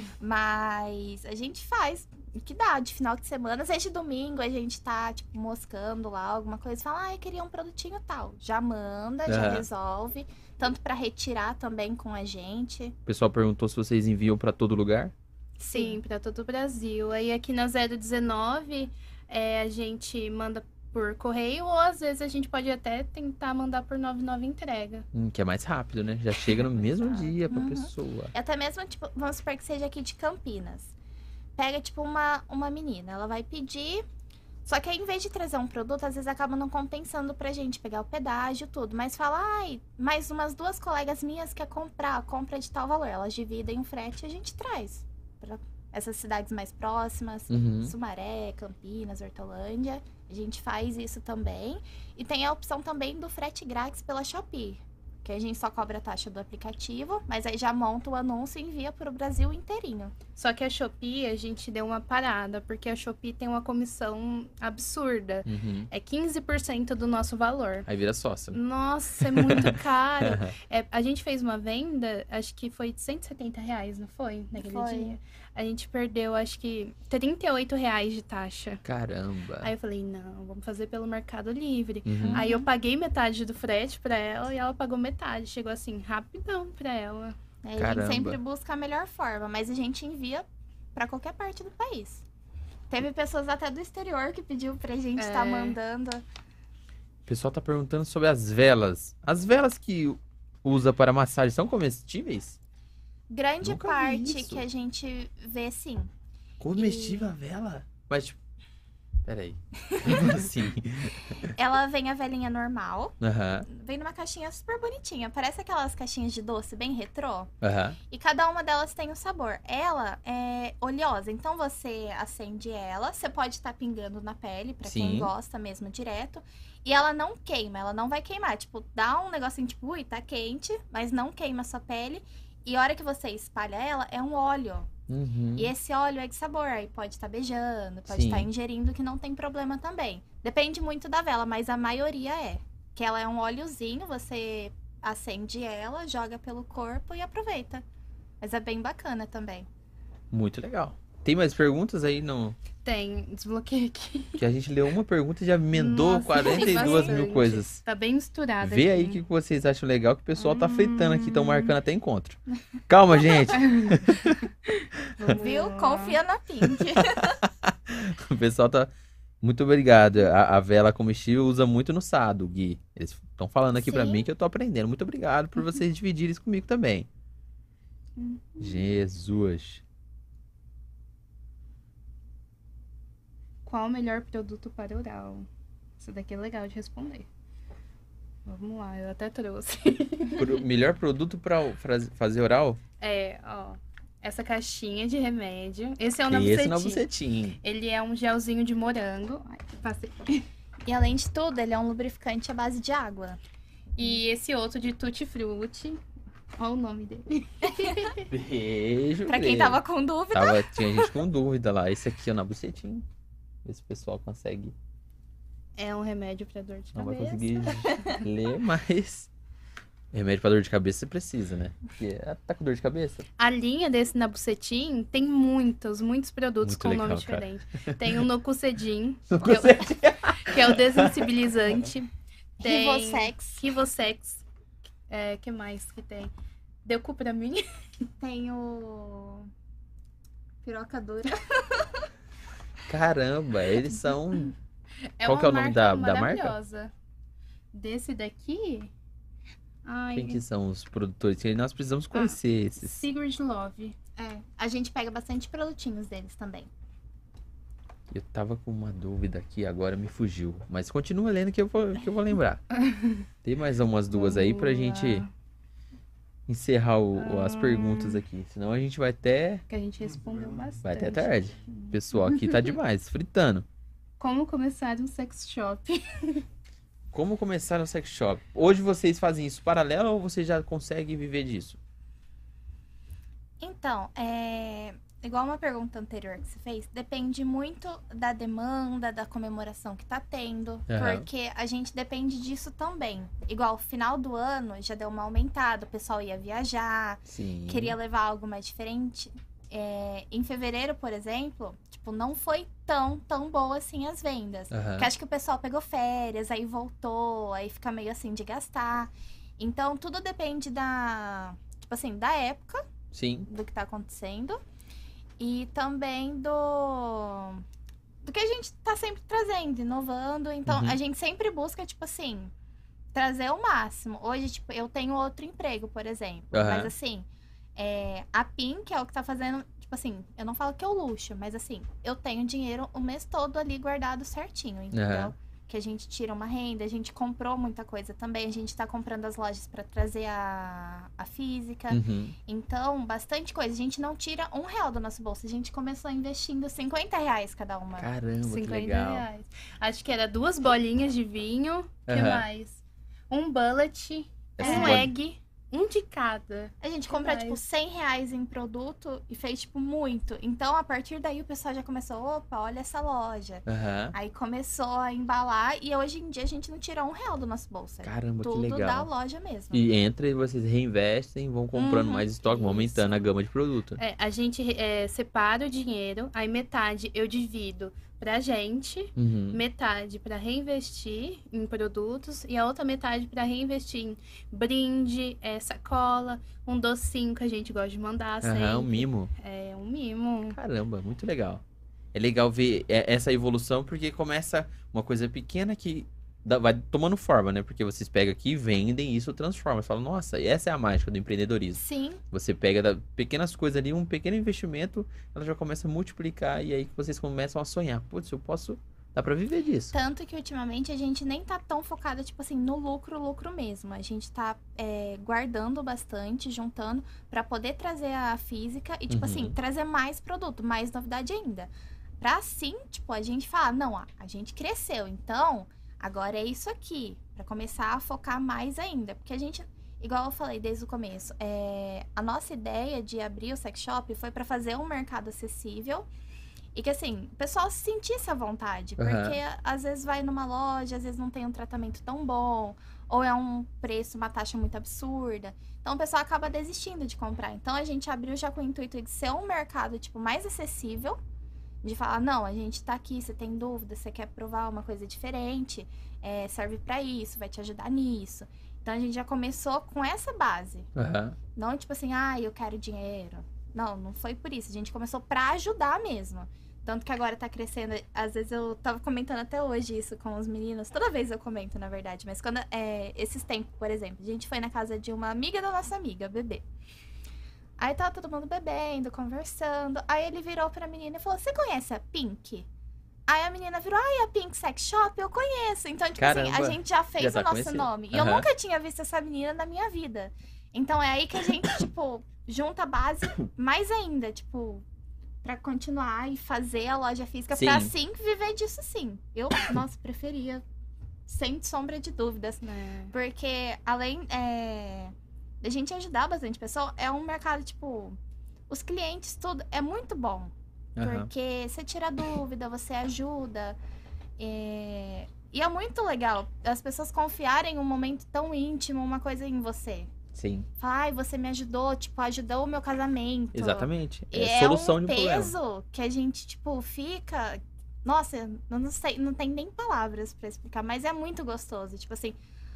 Mas a gente faz o que dá. De final de semana, às vezes de domingo, a gente tá, tipo, moscando lá alguma coisa. Fala, eu queria um produtinho tal. Já manda, já Aham. resolve. Tanto pra retirar também com a gente. O pessoal perguntou se vocês enviam pra todo lugar. Sim, pra todo o Brasil. Aí aqui na 019, a gente manda por correio, ou às vezes a gente pode até tentar mandar por 99 entrega. Que é mais rápido, né? Já chega no mesmo dia pra Uhum. pessoa. Até mesmo, tipo, vamos supor que seja aqui de Campinas. Pega, tipo, uma menina, ela vai pedir. Só que aí, em vez de trazer um produto, às vezes acaba não compensando pra gente pegar o pedágio, tudo. Mas fala, mais umas 2 colegas minhas quer compra de tal valor. Elas dividem o frete e a gente traz pra essas cidades mais próximas. Uhum. Sumaré, Campinas, Hortolândia. A gente faz isso também. E tem a opção também do frete grátis pela Shopee. Que a gente só cobra a taxa do aplicativo, mas aí já monta o anúncio e envia para o Brasil inteirinho. Só que a Shopee, a gente deu uma parada, porque a Shopee tem uma comissão absurda. Uhum. É 15% do nosso valor. Aí vira sócio. Nossa, é muito caro. A gente fez uma venda, acho que foi de R$170, não foi? Naquele Foi. dia. A gente perdeu, acho que, R$38 de taxa. Caramba. Aí eu falei, não, vamos fazer pelo Mercado Livre. Uhum. Aí eu paguei metade do frete pra ela e ela pagou metade. Chegou assim, rapidão pra ela. Aí a Caramba. gente sempre busca a melhor forma, mas a gente envia para qualquer parte do país. Teve pessoas até do exterior que pediu pra gente estar mandando. O pessoal tá perguntando sobre as velas. As velas que usa para massagem são comestíveis? Grande Nunca vi parte isso. que a gente vê, sim. Comestível a vela? Mas, tipo... Peraí. Como assim? Ela vem a velinha normal, Aham, vem numa caixinha super bonitinha. Parece aquelas caixinhas de doce bem retrô. aham. E cada uma delas tem um sabor. Ela é oleosa, então você acende ela, você pode estar pingando na pele, pra Sim. quem gosta mesmo direto. E ela não queima, ela não vai queimar. Tipo, dá um negocinho tipo, ui, tá quente, mas não queima a sua pele. E a hora que você espalha ela, é um óleo. Uhum. E esse óleo é de sabor, aí pode estar beijando, pode Sim. estar ingerindo, que não tem problema também. Depende muito da vela, mas a maioria é. Que ela é um óleozinho, você acende ela, joga pelo corpo e aproveita. Mas é bem bacana também. Muito legal. Tem mais perguntas aí no... Tem, desbloqueei aqui. Que a gente leu uma pergunta e já emendou Nossa, 42 tem mil bastante. coisas. Tá bem misturado Vê aqui. aí o que vocês acham legal, que o pessoal tá fritando aqui, estão marcando até encontro. Calma, gente. Vamos Viu? lá. Confia na Pink. O pessoal tá... Muito obrigado. A vela comestível usa muito no sado, Gui. Eles estão falando aqui pra Sim. mim que eu tô aprendendo. Muito obrigado por vocês dividirem isso comigo também. Jesus. Qual o melhor produto para oral? Isso daqui é legal de responder. Vamos lá, eu até trouxe. Melhor produto pra fazer oral? Ó. Essa caixinha de remédio. Esse é o Esse Nabucetim. na bucetinha. Ele é um gelzinho de morango. Ai, passei. E além de tudo, ele é um lubrificante à base de água. E esse outro de tutti-frutti. Olha o nome dele. Beijo. Pra quem beijo. tava com dúvida. Tinha gente com dúvida lá. Esse aqui é na bucetinha. Vê se o pessoal consegue. É um remédio pra dor de Não vai cabeça. conseguir ler, mas. Remédio pra dor de cabeça você precisa, né? Porque tá com dor de cabeça? A linha desse Nabucetin tem muitos produtos Muito com legal, nome cara. diferente. Tem o Nocucedin, Não que, consegue. que é o desensibilizante. Tem Rivosex. Rivosex. Que mais que tem? Deu cu pra mim. Tem o... Piroca dura. Caramba, eles são. É Qual uma que é o nome marca da marca? maravilhosa. Desse daqui... Ai, Quem que são os produtores? Que nós precisamos conhecer esses. Sigurd Love. A gente pega bastante produtinhos deles também. Eu tava com uma dúvida aqui, agora me fugiu. Mas continua lendo que eu vou lembrar. Tem mais umas duas aí pra gente encerrar as perguntas aqui. Senão a gente vai até. Que a gente respondeu bastante. Vai até tarde. O pessoal aqui tá demais, fritando. Como começar um sex shop? Como começar no sex shop? Hoje vocês fazem isso paralelo ou você já consegue viver disso? Então, igual uma pergunta anterior que você fez, depende muito da demanda, da comemoração que tá tendo, Aham. porque a gente depende disso também. Igual, final do ano já deu uma aumentada, o pessoal ia viajar, Sim. queria levar algo mais diferente. Em fevereiro, por exemplo, tipo, não foi tão boa assim as vendas. Aham. Porque acho que o pessoal pegou férias, aí voltou, aí fica meio assim de gastar. Então, tudo depende tipo assim, da época, Sim. do que tá acontecendo. E também do que a gente tá sempre trazendo, inovando. Então, Uhum. a gente sempre busca, tipo assim, trazer o máximo. Hoje, tipo, eu tenho outro emprego, por exemplo. Aham. Mas assim, a PIN, que é o que tá fazendo, tipo assim, eu não falo que é o luxo, mas assim, eu tenho dinheiro o mês todo ali guardado certinho, entendeu? Aham. Que a gente tira uma renda, a gente comprou muita coisa também, a gente tá comprando as lojas pra trazer a física. Uhum. Então, bastante coisa. A gente não tira R$1 do nosso bolso. A gente começou investindo R$50 cada uma. Caramba, que 50 legal. reais. Acho que era 2 bolinhas de vinho. O que Aham. mais? Um bullet, Essas um bol- egg, um de cada. A gente Que compra, mais? tipo, R$100 em produto e fez, tipo, muito. Então, a partir daí, o pessoal já começou, opa, olha essa loja. Aham. Aí começou a embalar e hoje em dia a gente não tira R$1 do nosso bolso. É Caramba, que tudo da legal. loja mesmo. E entra e vocês reinvestem, vão comprando Uhum, mais estoque, vão aumentando isso. a gama de produto. A gente separa o dinheiro, aí metade eu divido pra gente, Uhum. metade pra reinvestir em produtos e a outra metade pra reinvestir em brinde, sacola, um docinho que a gente gosta de mandar sempre. Aham, um mimo. É um mimo. Caramba, muito legal. É legal ver essa evolução, porque começa uma coisa pequena que vai tomando forma, né? Porque vocês pegam aqui, vendem e isso transforma. Você fala, nossa, essa é a mágica do empreendedorismo. Sim, Você pega pequenas coisas ali, um pequeno investimento, ela já começa a multiplicar e aí que vocês começam a sonhar. Putz, eu posso... Dá pra viver disso. tanto que ultimamente a gente nem tá tão focada, tipo assim, no lucro mesmo. A gente tá guardando bastante, juntando, pra poder trazer a física e, tipo Uhum. assim, trazer mais produto, mais novidade ainda. Pra assim, tipo, a gente falar, não, ó, a gente cresceu, então agora é isso aqui. Pra começar a focar mais ainda. Porque a gente, igual eu falei desde o começo, a nossa ideia de abrir o sex shop foi pra fazer um mercado acessível. E que, assim, o pessoal se sentisse à vontade. Aham. Porque, às vezes, vai numa loja, às vezes não tem um tratamento tão bom. Ou é um preço, uma taxa muito absurda. Então, o pessoal acaba desistindo de comprar. Então, a gente abriu já com o intuito de ser um mercado, tipo, mais acessível. De falar, não, a gente tá aqui, você tem dúvida, você quer provar uma coisa diferente. Serve pra isso, vai te ajudar nisso. Então, a gente já começou com essa base. Aham. Não, tipo assim, eu quero dinheiro. Não foi por isso. A gente começou pra ajudar mesmo. Tanto que agora tá crescendo. Às vezes eu tava comentando até hoje isso com os meninos. Toda vez eu comento, na verdade. Mas quando esses tempos, por exemplo, a gente foi na casa de uma amiga da nossa amiga, bebê. Aí tava todo mundo bebendo, conversando. Aí ele virou pra menina e falou: você conhece a Pink? Aí a menina virou: a Pink Sex Shop, eu conheço. Então, tipo assim, a Caramba, gente já fez já o tá nosso conhecido. nome. E eu Aham. nunca tinha visto essa menina na minha vida. Então é aí que a gente, tipo, junta a base mais ainda, tipo, pra continuar e fazer a loja física, Sim. pra assim viver disso sim. Eu, nossa, preferia, sem sombra de dúvidas. Né? Porque além da gente ajudar bastante pessoa, é um mercado, tipo, os clientes, tudo, é muito bom. Aham. Porque você tira dúvida, você ajuda. E é muito legal as pessoas confiarem em um momento tão íntimo, uma coisa em você. Sim, Fala, ai, você me ajudou, tipo, ajudou o meu casamento. exatamente. E É solução um de um problema. peso que a gente, tipo, fica... Nossa, eu não sei, não tem nem palavras pra explicar, mas é muito gostoso. Tipo assim,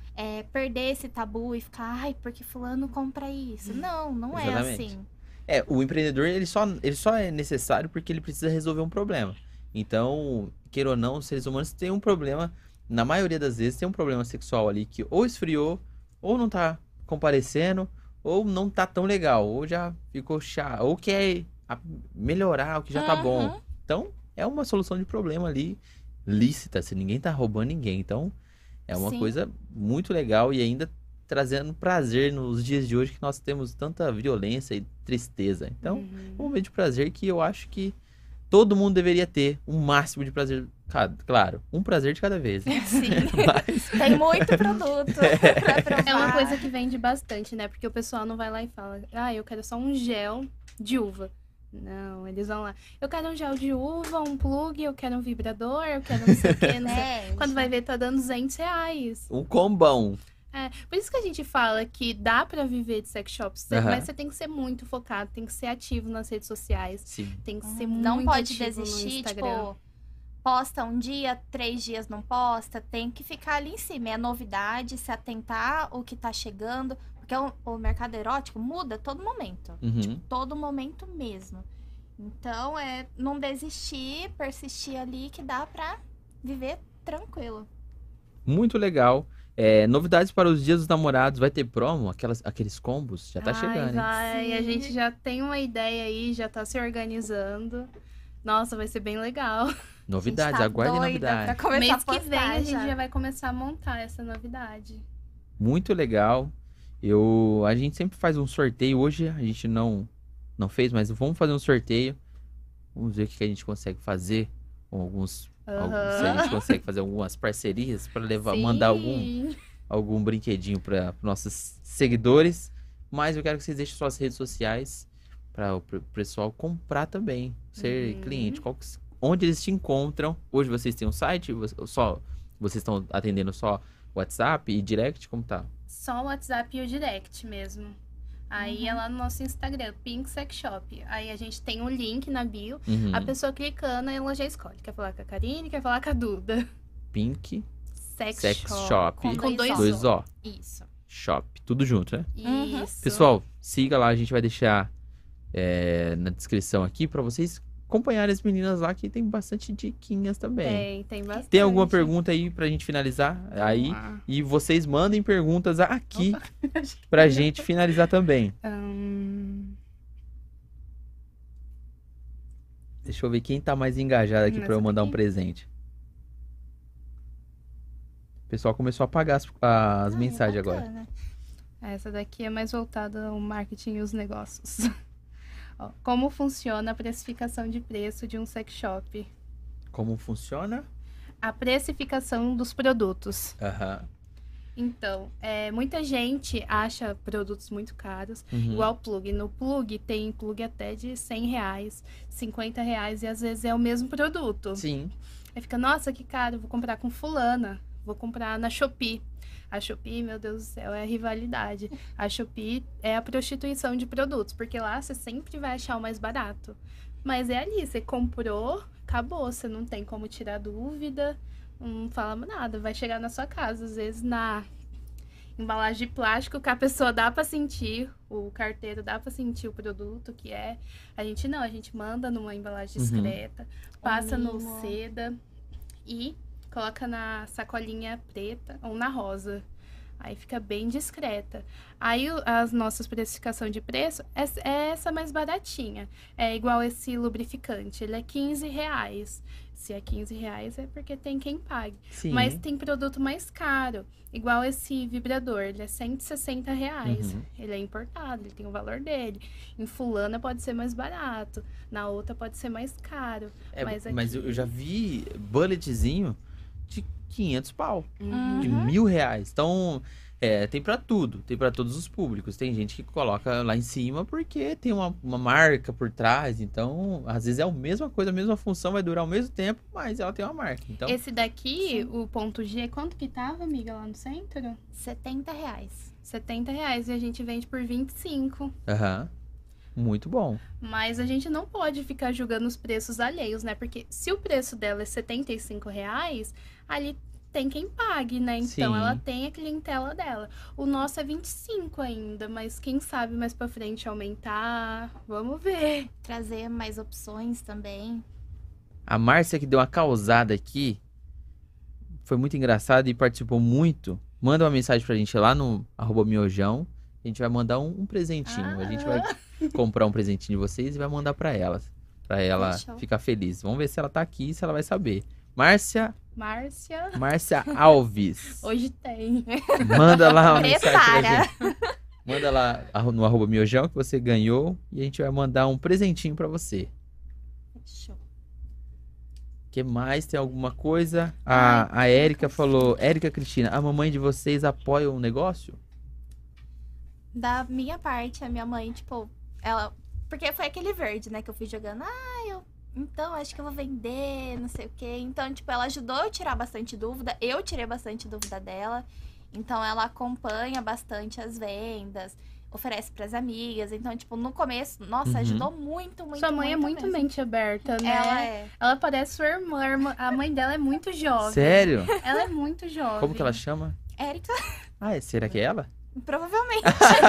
perder esse tabu e ficar, ai, porque fulano compra isso. Não é Exatamente. assim. O empreendedor, ele só é necessário porque ele precisa resolver um problema. Então, queira ou não, os seres humanos têm um problema, na maioria das vezes, tem um problema sexual ali que ou esfriou, ou não tá comparecendo, ou não tá tão legal, ou já ficou chato, ou quer melhorar o que já tá bom. Uhum. Então, é uma solução de problema ali lícita, se ninguém tá roubando ninguém. Então, é uma Sim. coisa muito legal e ainda trazendo prazer nos dias de hoje que nós temos tanta violência e tristeza. Então, um momento de prazer que eu acho que todo mundo deveria ter um máximo de prazer. Claro, um prazer de cada vez. Né? Sim. Mas, Tem muito produto pra provar. É uma coisa que vende bastante, né? Porque o pessoal não vai lá e fala, eu quero só um gel de uva. Não, eles vão lá. Eu quero um gel de uva, um plug, eu quero um vibrador, eu quero não sei o que, não sei. Quando vai ver, tá dando R$200. um combão. Por isso que a gente fala que dá pra viver de sex shops, Aham. mas você tem que ser muito focado, tem que ser ativo nas redes sociais, Sim. tem que ser muito Não pode ativo no desistir, Instagram. tipo, posta um dia, 3 dias não posta, tem que ficar ali em cima. É novidade, se atentar o que tá chegando, porque o mercado erótico muda a todo momento. Uhum. Todo momento mesmo. Então, não desistir, persistir ali que dá pra viver tranquilo. Muito legal. Novidades para os dias dos namorados. Vai ter promo? Aqueles combos? Já tá chegando, hein? Vai. A Sim. gente já tem uma ideia aí, já tá se organizando. Nossa, vai ser bem legal. Novidades, A gente tá aguardem doida pra novidades. começar Mês a que vem postar a gente já vai começar a montar essa novidade. Muito legal. A gente sempre faz um sorteio. Hoje a gente não fez, mas vamos fazer um sorteio. Vamos ver o que a gente consegue fazer com se a gente consegue fazer algumas parcerias para mandar algum brinquedinho para nossos seguidores. Mas eu quero que vocês deixem suas redes sociais para o pessoal comprar também, ser cliente. Onde eles te encontram? Hoje vocês têm um site? Vocês estão atendendo só WhatsApp e direct? Como tá? Só o WhatsApp e o direct mesmo. Aí é lá no nosso Instagram, Pink Sex Shop. Aí a gente tem um link na bio. Uhum. A pessoa clicando, ela já escolhe. Quer falar com a Karine, quer falar com a Duda. Pink Sex Shop. Com dois Dois O. Isso. Shop. Tudo junto, né? Isso. Pessoal, siga lá. A gente vai deixar na descrição aqui pra vocês acompanharem as meninas lá, que tem bastante diquinhas também. Tem bastante. Tem alguma pergunta aí pra gente finalizar? Aí. Ah. E vocês mandem perguntas aqui pra gente finalizar também. Deixa eu ver quem tá mais engajado aqui pra eu Essa mandar um daqui? presente. O pessoal começou a apagar as mensagens agora. Bacana. Essa daqui é mais voltada ao marketing e os negócios. Ó, como funciona a precificação de preço de um sex shop? Como funciona? A precificação dos produtos. Aham. Então, muita gente acha produtos muito caros, Uhum. igual plug. No plug, tem plug até de R$100, R$50, e às vezes é o mesmo produto. Sim. Aí fica, nossa, que caro, vou comprar com fulana, vou comprar na Shopee. A Shopee, meu Deus do céu, é a rivalidade. A Shopee é a prostituição de produtos, porque lá você sempre vai achar o mais barato. Mas é ali, você comprou, acabou, você não tem como tirar dúvida, não fala nada, vai chegar na sua casa, às vezes na embalagem de plástico que a pessoa dá pra sentir, o carteiro dá pra sentir o produto que é. A gente não, a gente manda numa embalagem discreta, passa no mimo. seda e coloca na sacolinha preta ou na rosa. Aí fica bem discreta. Aí as nossas precificação de preço é essa mais baratinha. É igual esse lubrificante, ele é R$15. Se é R$15 é porque tem quem pague. Sim. Mas tem produto mais caro. Igual esse vibrador, ele é R$160. Uhum. Ele é importado, ele tem o valor dele. Em fulana pode ser mais barato, na outra pode ser mais caro. Mas eu já vi bulletzinho de 500 pau. Uhum. De R$1.000. Então, Tem pra tudo, tem pra todos os públicos. Tem gente que coloca lá em cima porque tem uma marca por trás. Então, às vezes é a mesma coisa, a mesma função, vai durar o mesmo tempo, mas ela tem uma marca. Então, Esse daqui, o ponto G, quanto que tava, amiga, lá no centro? R$70. R$70 e a gente vende por 25. aham, muito bom. Mas a gente não pode ficar julgando os preços alheios, né? Porque se o preço dela é R$75, ali tem quem pague, né? Então Sim. ela tem a clientela dela. O nosso é 25 ainda, mas quem sabe mais pra frente aumentar. Vamos ver. Trazer mais opções também. A Márcia que deu uma causada aqui, foi muito engraçado e participou muito. Manda uma mensagem pra gente lá no @miojão. A gente vai mandar um presentinho. A gente vai comprar um presentinho de vocês e vai mandar pra ela Fechou. ficar feliz. Vamos ver se ela tá aqui, se ela vai saber. Márcia Márcia, Alves. hoje tem. Manda lá uma mensagem pra Prepara. gente. Manda lá no @miojão que você ganhou e a gente vai mandar um presentinho pra você. Fechou. Que mais? Tem alguma coisa? A Érica falou, Érica Cristina, a mamãe de vocês apoia o negócio? Da minha parte, a minha mãe, tipo, ela. Porque foi aquele verde, né, que eu fui jogando. Então, acho que eu vou vender, não sei o quê. Então, tipo, ela ajudou eu tirar bastante dúvida. Eu tirei bastante dúvida dela. Então, ela acompanha bastante as vendas, oferece pras amigas. Então, tipo, no começo, nossa, Uhum. ajudou muito, muito, Sua mãe é muito mesmo. mente aberta, né? Ela é. Ela parece sua irmã. A mãe dela é muito jovem. Sério? Ela é muito jovem. Como que ela chama? Érica, Será que é ela? provavelmente.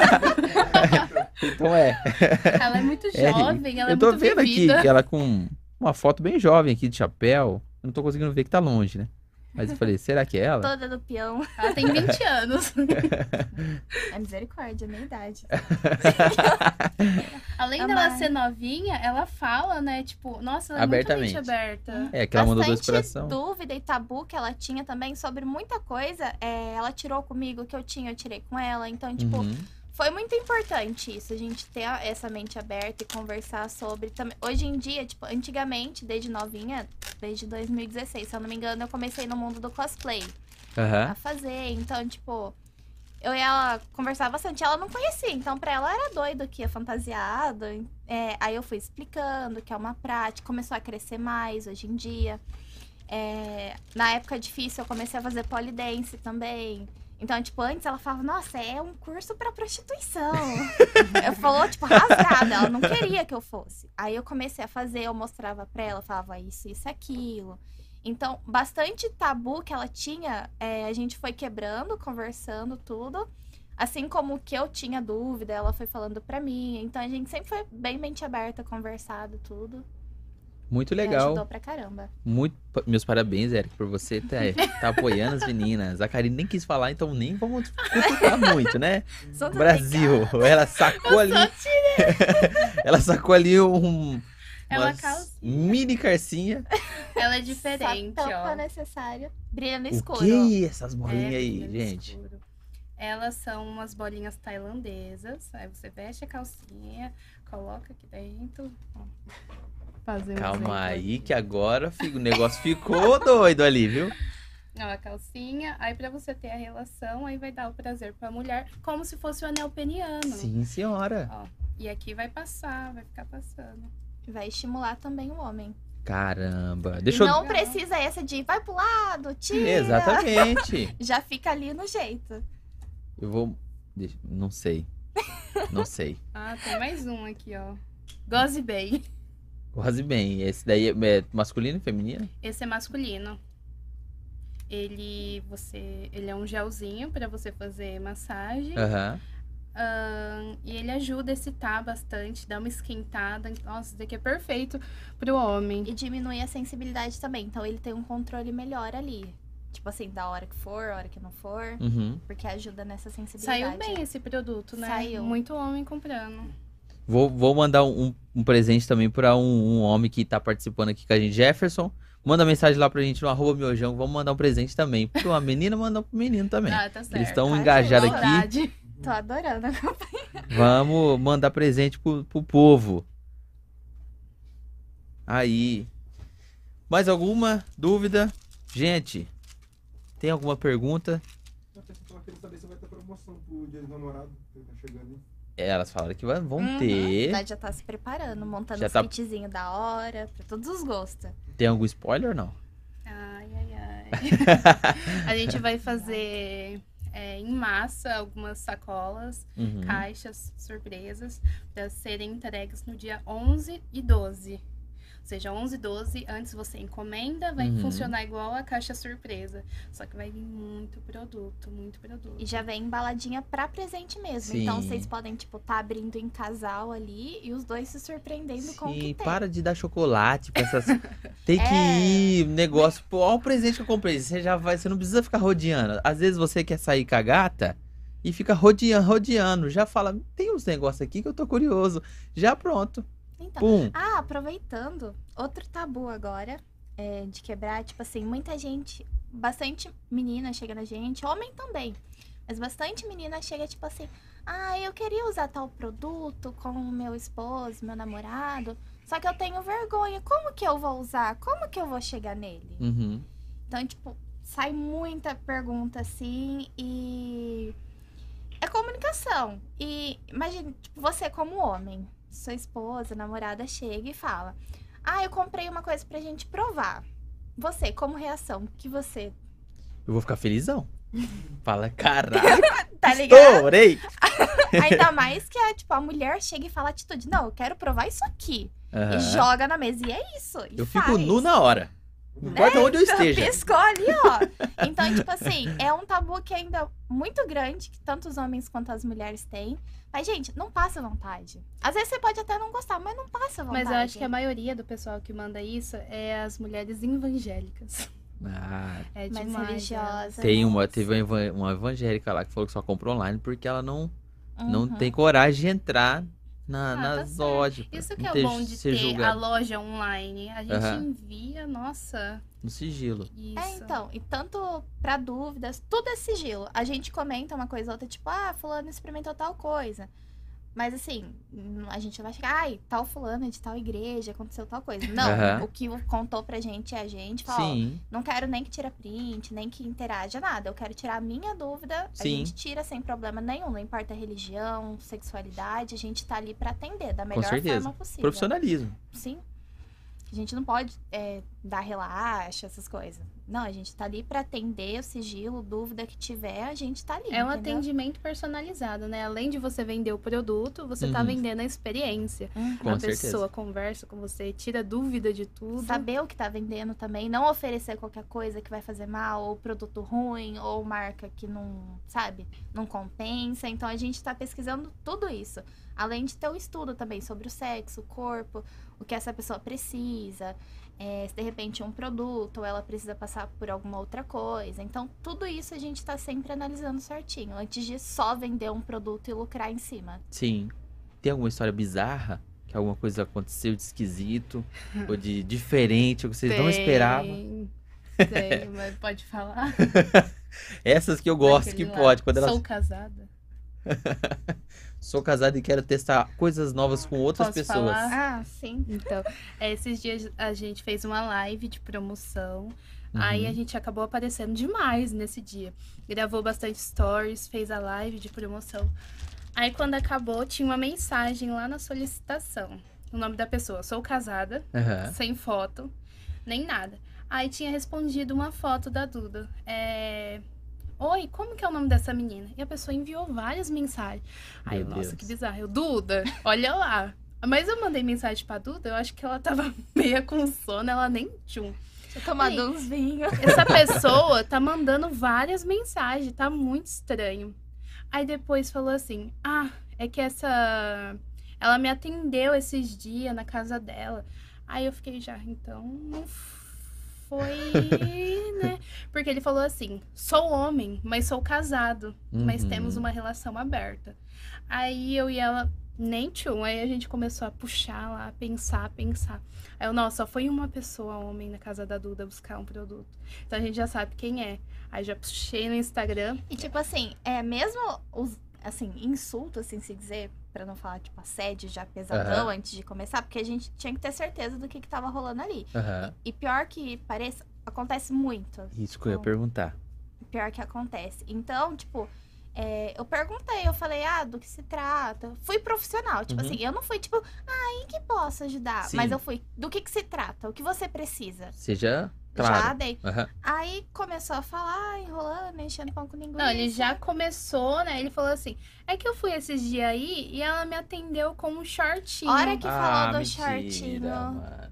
Então é. Ela é muito jovem, ela é Eu tô muito vendo vivida. aqui que ela com uma foto bem jovem aqui de chapéu. Eu não tô conseguindo ver que tá longe, né? Mas eu falei, será que é ela? Toda do peão. Ela tem 20 anos. É misericórdia, é minha idade. Além A dela mãe. ser novinha, ela fala, né? Tipo, nossa, ela é muito Abertamente. mente aberta. É, que ela mandou dois Bastante coração. dúvida e tabu que ela tinha também sobre muita coisa. Ela tirou comigo, que eu tirei com ela. Então, tipo, Uhum. foi muito importante isso, a gente ter essa mente aberta e conversar sobre também. Hoje em dia, tipo, antigamente, desde novinha, desde 2016, se eu não me engano, eu comecei no mundo do cosplay Aham. a fazer. Então, tipo, eu e ela conversava bastante. Ela não conhecia, então pra ela era doido que ia fantasiado. Aí eu fui explicando que é uma prática, começou a crescer mais hoje em dia. Na época difícil, eu comecei a fazer polidense também. Então, tipo, antes ela falava, nossa, é um curso pra prostituição. Eu falou, tipo, rasgada, ela não queria que eu fosse. Aí eu comecei a fazer, eu mostrava pra ela, falava isso, aquilo. Então, bastante tabu que ela tinha, a gente foi quebrando, conversando, tudo. Assim como o que eu tinha dúvida, ela foi falando pra mim. Então, a gente sempre foi bem mente aberta, conversado, tudo. Muito E legal. ajudou pra caramba. Meus parabéns, Eric, por você tá apoiando as meninas. A Karine nem quis falar, então nem vamos cutucar muito, né? Sou Brasil, ela sacou ali. Ela sacou ali É uma calcinha. mini carcinha. Ela é diferente, Só tampa ó. necessária. Brilha no O escuro. que é essas bolinhas É, aí, brilha no gente? escuro. Elas são umas bolinhas tailandesas. Aí você veste a calcinha, coloca aqui dentro. Ó. Fazer um exemplo Calma aí, aqui. que agora o negócio ficou doido ali, viu? Ó, a calcinha. Aí pra você ter a relação, aí vai dar o prazer pra mulher, como se fosse o anel peniano. Sim, senhora. Ó, e aqui vai passar, vai ficar passando. Vai estimular também o homem. Caramba. Deixa eu. Não precisa essa de vai pro lado, tira. Exatamente. Já fica ali no jeito. Eu vou. Não sei. Não sei. Ah, tem mais um aqui, ó. Goze bem. Quase bem. Esse daí é masculino e feminino? Esse é masculino. Ele é um gelzinho pra você fazer massagem. Aham. E ele ajuda a excitar bastante, dá uma esquentada. Nossa, isso daqui é perfeito pro homem. E diminui a sensibilidade também. Então ele tem um controle melhor ali. Tipo assim, da hora que for, hora que não for. Uhum. Porque ajuda nessa sensibilidade. Saiu bem esse produto, né? Saiu. Muito homem comprando. Vou mandar um presente também pra um homem que tá participando aqui com a gente, Jefferson. Manda mensagem lá pra gente no @miojão. Vamos mandar um presente também. Pra uma menina, mandar pro menino também. Ah, tá certo. Eles estão Tá, engajados aqui. Igualdade. Tô adorando. Vamos mandar presente pro povo. Aí. Mais alguma dúvida? Gente, tem alguma pergunta? Eu tava querendo saber se vai ter promoção pro Dia dos Namorados, que tá chegando aí. Elas falaram que vão ter. A já tá se preparando, montando Já os tá- kitzinhos da hora, pra todos os gostos. Tem algum spoiler ou não? Ai, ai, ai. A gente vai fazer em massa algumas sacolas, Uhum. caixas surpresas, para serem entregues no dia 11 e 12. Ou seja, 11 e 12, antes você encomenda, vai Uhum. funcionar igual a caixa surpresa. Só que vai vir muito produto, muito produto. E já vem embaladinha pra presente mesmo. Sim. Então vocês podem, tipo, tá abrindo em casal ali e os dois se surpreendendo com o que Sim, tem. para de dar chocolate pra essas. Tem que É. ir, negócio. Pô, olha o presente que eu comprei. Você não precisa ficar rodeando. Às vezes você quer sair com a gata e fica rodeando. Já fala, tem uns negócios aqui que eu tô curioso. Já pronto. Então, Pum. aproveitando, outro tabu agora de quebrar, tipo assim, muita gente, bastante menina chega na gente, homem também, mas bastante menina chega, tipo assim, eu queria usar tal produto com o meu esposo, meu namorado, só que eu tenho vergonha, como que eu vou usar? Como que eu vou chegar nele? Uhum. Então, tipo, sai muita pergunta assim e é comunicação. E imagine, tipo, você como homem, sua esposa, namorada chega e fala: eu comprei uma coisa pra gente provar. Você, como reação, o que você Eu vou ficar felizão. Fala, caralho, tá ligado? estourei. Ainda mais que a mulher chega e fala atitude. Não, eu quero provar isso aqui. E Aham. joga na mesa. E é isso. E Eu fico faz. nu na hora. Não importa onde eu esteja. Piscou ali, ó. Então, tipo assim, é um tabu que ainda é muito grande, que tanto os homens quanto as mulheres têm. Mas, gente, não passa vontade. Às vezes você pode até não gostar, mas não passa vontade. Mas eu acho que a maioria do pessoal que manda isso é as mulheres evangélicas. Ah, É mais demais. religiosa. teve uma evangélica lá que falou que só comprou online porque ela não Uhum. tem coragem de entrar Tá nas certo. lojas. Isso que não é o bom de ser ter a julgado loja online. A gente Aham. envia, nossa, no sigilo. isso. Então, e tanto pra dúvidas, tudo é sigilo. A gente comenta uma coisa ou outra, tipo, fulano experimentou tal coisa. Mas assim, a gente não vai chegar, tal fulano é de tal igreja, aconteceu tal coisa. Não, Aham. o que contou pra gente é a gente, fala, ó, Sim, não quero nem que tira print, nem que interaja, nada. Eu quero tirar a minha dúvida, Sim. a gente tira sem problema nenhum, não importa a religião, sexualidade, a gente tá ali pra atender da melhor certeza. forma possível. profissionalismo. Sim. A gente não pode dar relaxo, essas coisas. Não, a gente tá ali pra atender o sigilo, dúvida que tiver, a gente tá ali, É um entendeu? atendimento personalizado, né? Além de você vender o produto, você tá Uhum. vendendo a experiência. Com A certeza. pessoa conversa com você, tira dúvida de tudo. Saber o que tá vendendo também, não oferecer qualquer coisa que vai fazer mal, ou produto ruim, ou marca que não, sabe, não compensa. Então a gente tá pesquisando tudo isso. Além de ter o estudo também sobre o sexo, o corpo, o que essa pessoa precisa, se de repente um produto, ou ela precisa passar por alguma outra coisa. Então tudo isso a gente tá sempre analisando certinho, antes de só vender um produto e lucrar em cima. Sim. Tem alguma história bizarra? Que alguma coisa aconteceu de esquisito? Ou de diferente, ou que vocês não esperavam? Tem, mas pode falar. Essas que eu gosto Daquele que lá, pode. Quando Sou elas... casada. Sou casado e quero testar coisas novas com outras Posso pessoas. falar? Sim. Então, esses dias a gente fez uma live de promoção. Uhum. Aí a gente acabou aparecendo demais nesse dia. Gravou bastante stories, fez a live de promoção. Aí quando acabou, tinha uma mensagem lá na solicitação. O nome da pessoa, sou casada, Aham. sem foto, nem nada. Aí tinha respondido uma foto da Duda. Oi, como que é o nome dessa menina? E a pessoa enviou várias mensagens. Aí, Meu nossa, Deus. que bizarro. Eu, Duda, olha lá. Mas eu mandei mensagem pra Duda, eu acho que ela tava meio com sono, ela nem tchum. Tinha tomado uns vinhos. Essa pessoa tá mandando várias mensagens, tá muito estranho. Aí depois falou assim, é que ela me atendeu esses dias na casa dela. Aí eu fiquei já, então não foi, né? Porque ele falou assim, sou homem, mas sou casado, mas Uhum. temos uma relação aberta. Aí eu e ela, nem tchum, aí a gente começou a puxar lá, pensar. Aí eu, nossa, só foi uma pessoa, homem, na casa da Duda buscar um produto. Então a gente já sabe quem é. Aí já puxei no Instagram. E tipo assim, mesmo os insulto, assim se dizer, pra não falar tipo assédio já pesadão antes de começar, porque a gente tinha que ter certeza do que tava rolando ali. Aham. E pior que pareça, acontece muito. Isso que eu ia perguntar. Pior que acontece. Então, tipo, eu perguntei, eu falei, do que se trata? Fui profissional, tipo assim, eu não fui tipo, em que posso ajudar? Sim. Mas eu fui, do que se trata? O que você precisa? Seja Já claro. dei. Aham. Aí começou a falar, enrolando, enchendo pão com linguiça. Não, ele já começou, né? Ele falou assim, é que eu fui esses dias aí e ela me atendeu com um shortinho. Hora que falou do mentira, shortinho. mano.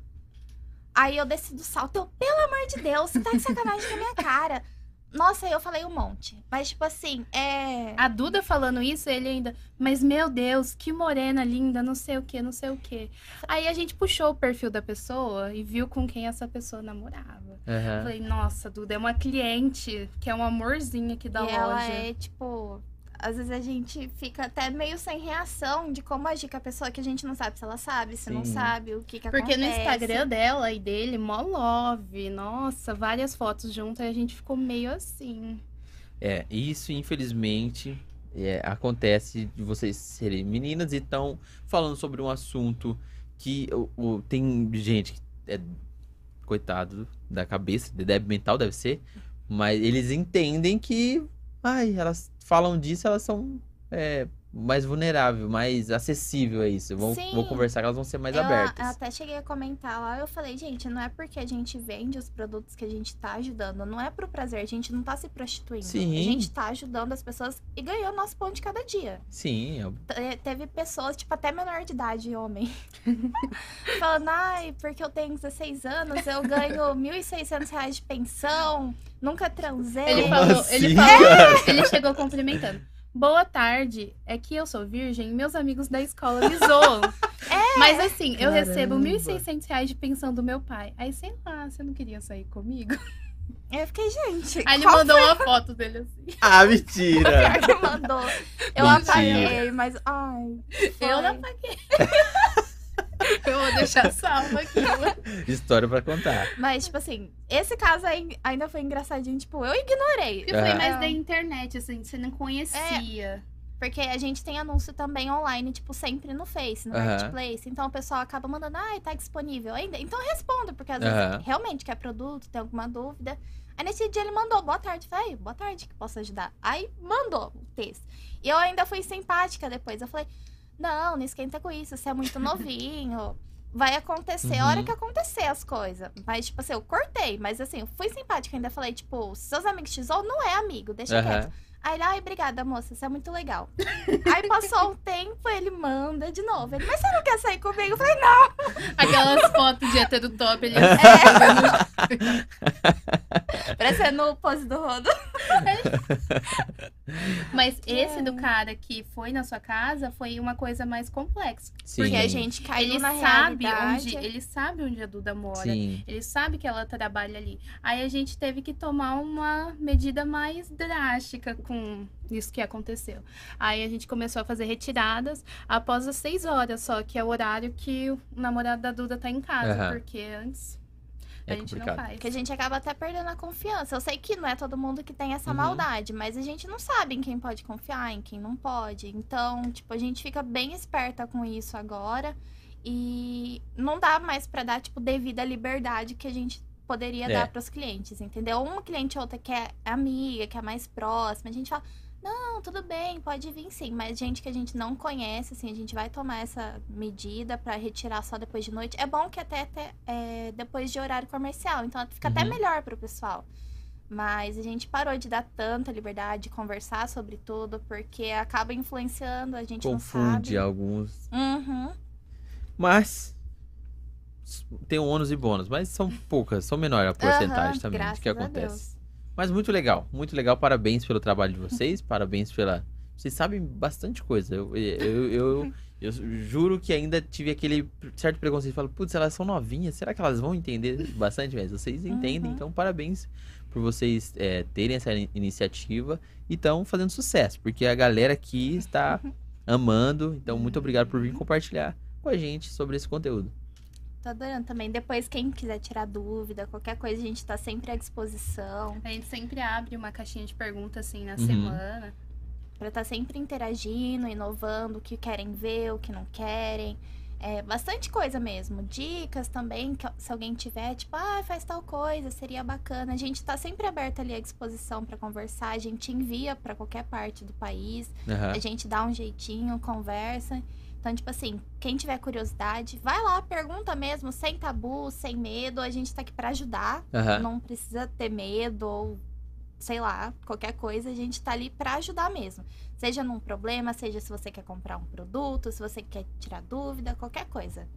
Aí eu desci do salto, eu, pelo amor de Deus, você tá de sacanagem com a minha cara. Nossa, aí eu falei um monte. Mas, tipo assim, A Duda falando isso, ele ainda, mas meu Deus, que morena linda, não sei o que, não sei o que. Aí a gente puxou o perfil da pessoa e viu com quem essa pessoa namorava. Eu Aham. falei, nossa, Duda, é uma cliente que é um amorzinho aqui da e loja. ela é, tipo... Às vezes a gente fica até meio sem reação de como agir com a pessoa que a gente não sabe se ela sabe, se não Sim. sabe, o que Porque acontece. no Instagram dela e dele, mó love, nossa, várias fotos juntas, e a gente ficou meio assim. Isso infelizmente acontece de vocês serem meninas e estão falando sobre um assunto que tem gente que é coitado da cabeça, de débil mental deve ser, mas eles entendem que elas falam disso, elas são mais vulneráveis, mais acessível a isso. Vou Sim. conversar que elas vão ser mais Eu abertas. até cheguei a comentar lá, eu falei, gente, não é porque a gente vende os produtos que a gente tá ajudando, não é pro prazer, a gente não tá se prostituindo. Sim. A gente tá ajudando as pessoas e ganhando nosso pão de cada dia. Sim, Teve pessoas, tipo, até menor de idade, homem, falando, porque eu tenho 16 anos, eu ganho R$1.600 de pensão, nunca transei. Ele Como falou, assim, ele cara? ele chegou cumprimentando. Boa tarde, é que eu sou virgem, meus amigos da escola me zoam. Mas assim, eu Caramba. recebo R$1.600 de pensão do meu pai. Aí, sei lá, você não queria sair comigo? Eu fiquei, gente, Aí ele qual mandou uma foto dele assim. Mentira! pior que mandou? Eu Mentira. apaguei, mas, foi. Eu não paguei. Eu vou deixar salvo aqui. História pra contar. Mas, tipo assim, esse caso aí ainda foi engraçadinho. Tipo, eu ignorei. Eu falei, Aham. mas da internet, assim, você não conhecia. Porque a gente tem anúncio também online, tipo, sempre no Face, no Aham. Marketplace. Então, o pessoal acaba mandando, tá disponível ainda. Então, eu respondo, porque às vezes Aham. realmente quer produto, tem alguma dúvida. Aí, nesse dia, ele mandou, boa tarde. Eu falei, boa tarde, que posso ajudar? Aí, mandou o texto. E eu ainda fui simpática depois. Eu falei, não esquenta com isso, você é muito novinho. Vai acontecer a hora que acontecer as coisas. Mas, tipo assim, eu cortei. Mas, assim, eu fui simpática. Ainda falei, tipo, se seus amigos te zoam, não é amigo, deixa Aham. quieto. Aí ele, obrigada, moça, isso é muito legal. Aí passou um tempo, ele manda de novo. Ele, mas você não quer sair comigo? Eu falei, não. Aquelas fotos de hétero top, ele Parecendo o pose do rodo. Mas esse do cara que foi na sua casa foi uma coisa mais complexa. Sim. Porque a gente caiu Ele na sabe realidade. ele sabe onde a Duda mora. Sim. Ele sabe que ela trabalha ali. Aí a gente teve que tomar uma medida mais drástica com isso que aconteceu. Aí a gente começou a fazer retiradas após as 6 horas só, que é o horário que o namorado da Duda tá em casa. Aham. Porque antes É a gente complicado. não faz. Que a gente acaba até perdendo a confiança. Eu sei que não é todo mundo que tem essa Uhum. maldade, mas a gente não sabe em quem pode confiar, em quem não pode. Então, tipo, a gente fica bem esperta com isso agora. E não dá mais pra dar, tipo, devida liberdade que a gente poderia dar pros clientes, entendeu? Uma cliente ou outra que é amiga, que é mais próxima, a gente fala, não, tudo bem, pode vir sim. Mas gente que a gente não conhece, assim, a gente vai tomar essa medida pra retirar só depois de noite. É bom que até depois de horário comercial, então fica até Uhum. melhor pro pessoal. Mas a gente parou de dar tanta liberdade, de conversar sobre tudo, porque acaba influenciando, a gente não Confunde sabe. alguns. Uhum. Mas tem um ônus e bônus, mas são poucas, são menores a porcentagem Aham, também graças do que a acontece. Deus. Mas muito legal, muito legal. Parabéns pelo trabalho de vocês, parabéns pela. Vocês sabem bastante coisa. Eu juro que ainda tive aquele certo preconceito. Falo, putz, elas são novinhas, será que elas vão entender bastante? Mas vocês entendem, então parabéns por vocês terem essa iniciativa e estão fazendo sucesso, porque a galera aqui está amando. Então, muito obrigado por vir compartilhar com a gente sobre esse conteúdo. Tô adorando também. Depois, quem quiser tirar dúvida, qualquer coisa, a gente tá sempre à disposição. A gente sempre abre uma caixinha de perguntas assim na Uhum. semana. Pra estar sempre interagindo, inovando, o que querem ver, o que não querem. bastante coisa mesmo. Dicas também, que se alguém tiver, tipo, faz tal coisa, seria bacana. A gente tá sempre aberto ali à disposição pra conversar. A gente envia pra qualquer parte do país. A gente dá um jeitinho, conversa. Então, tipo assim, quem tiver curiosidade, vai lá, pergunta mesmo, sem tabu, sem medo. A gente tá aqui pra ajudar. Não precisa ter medo ou, sei lá, qualquer coisa. A gente tá ali pra ajudar mesmo. Seja num problema, seja se você quer comprar um produto, se você quer tirar dúvida, qualquer coisa.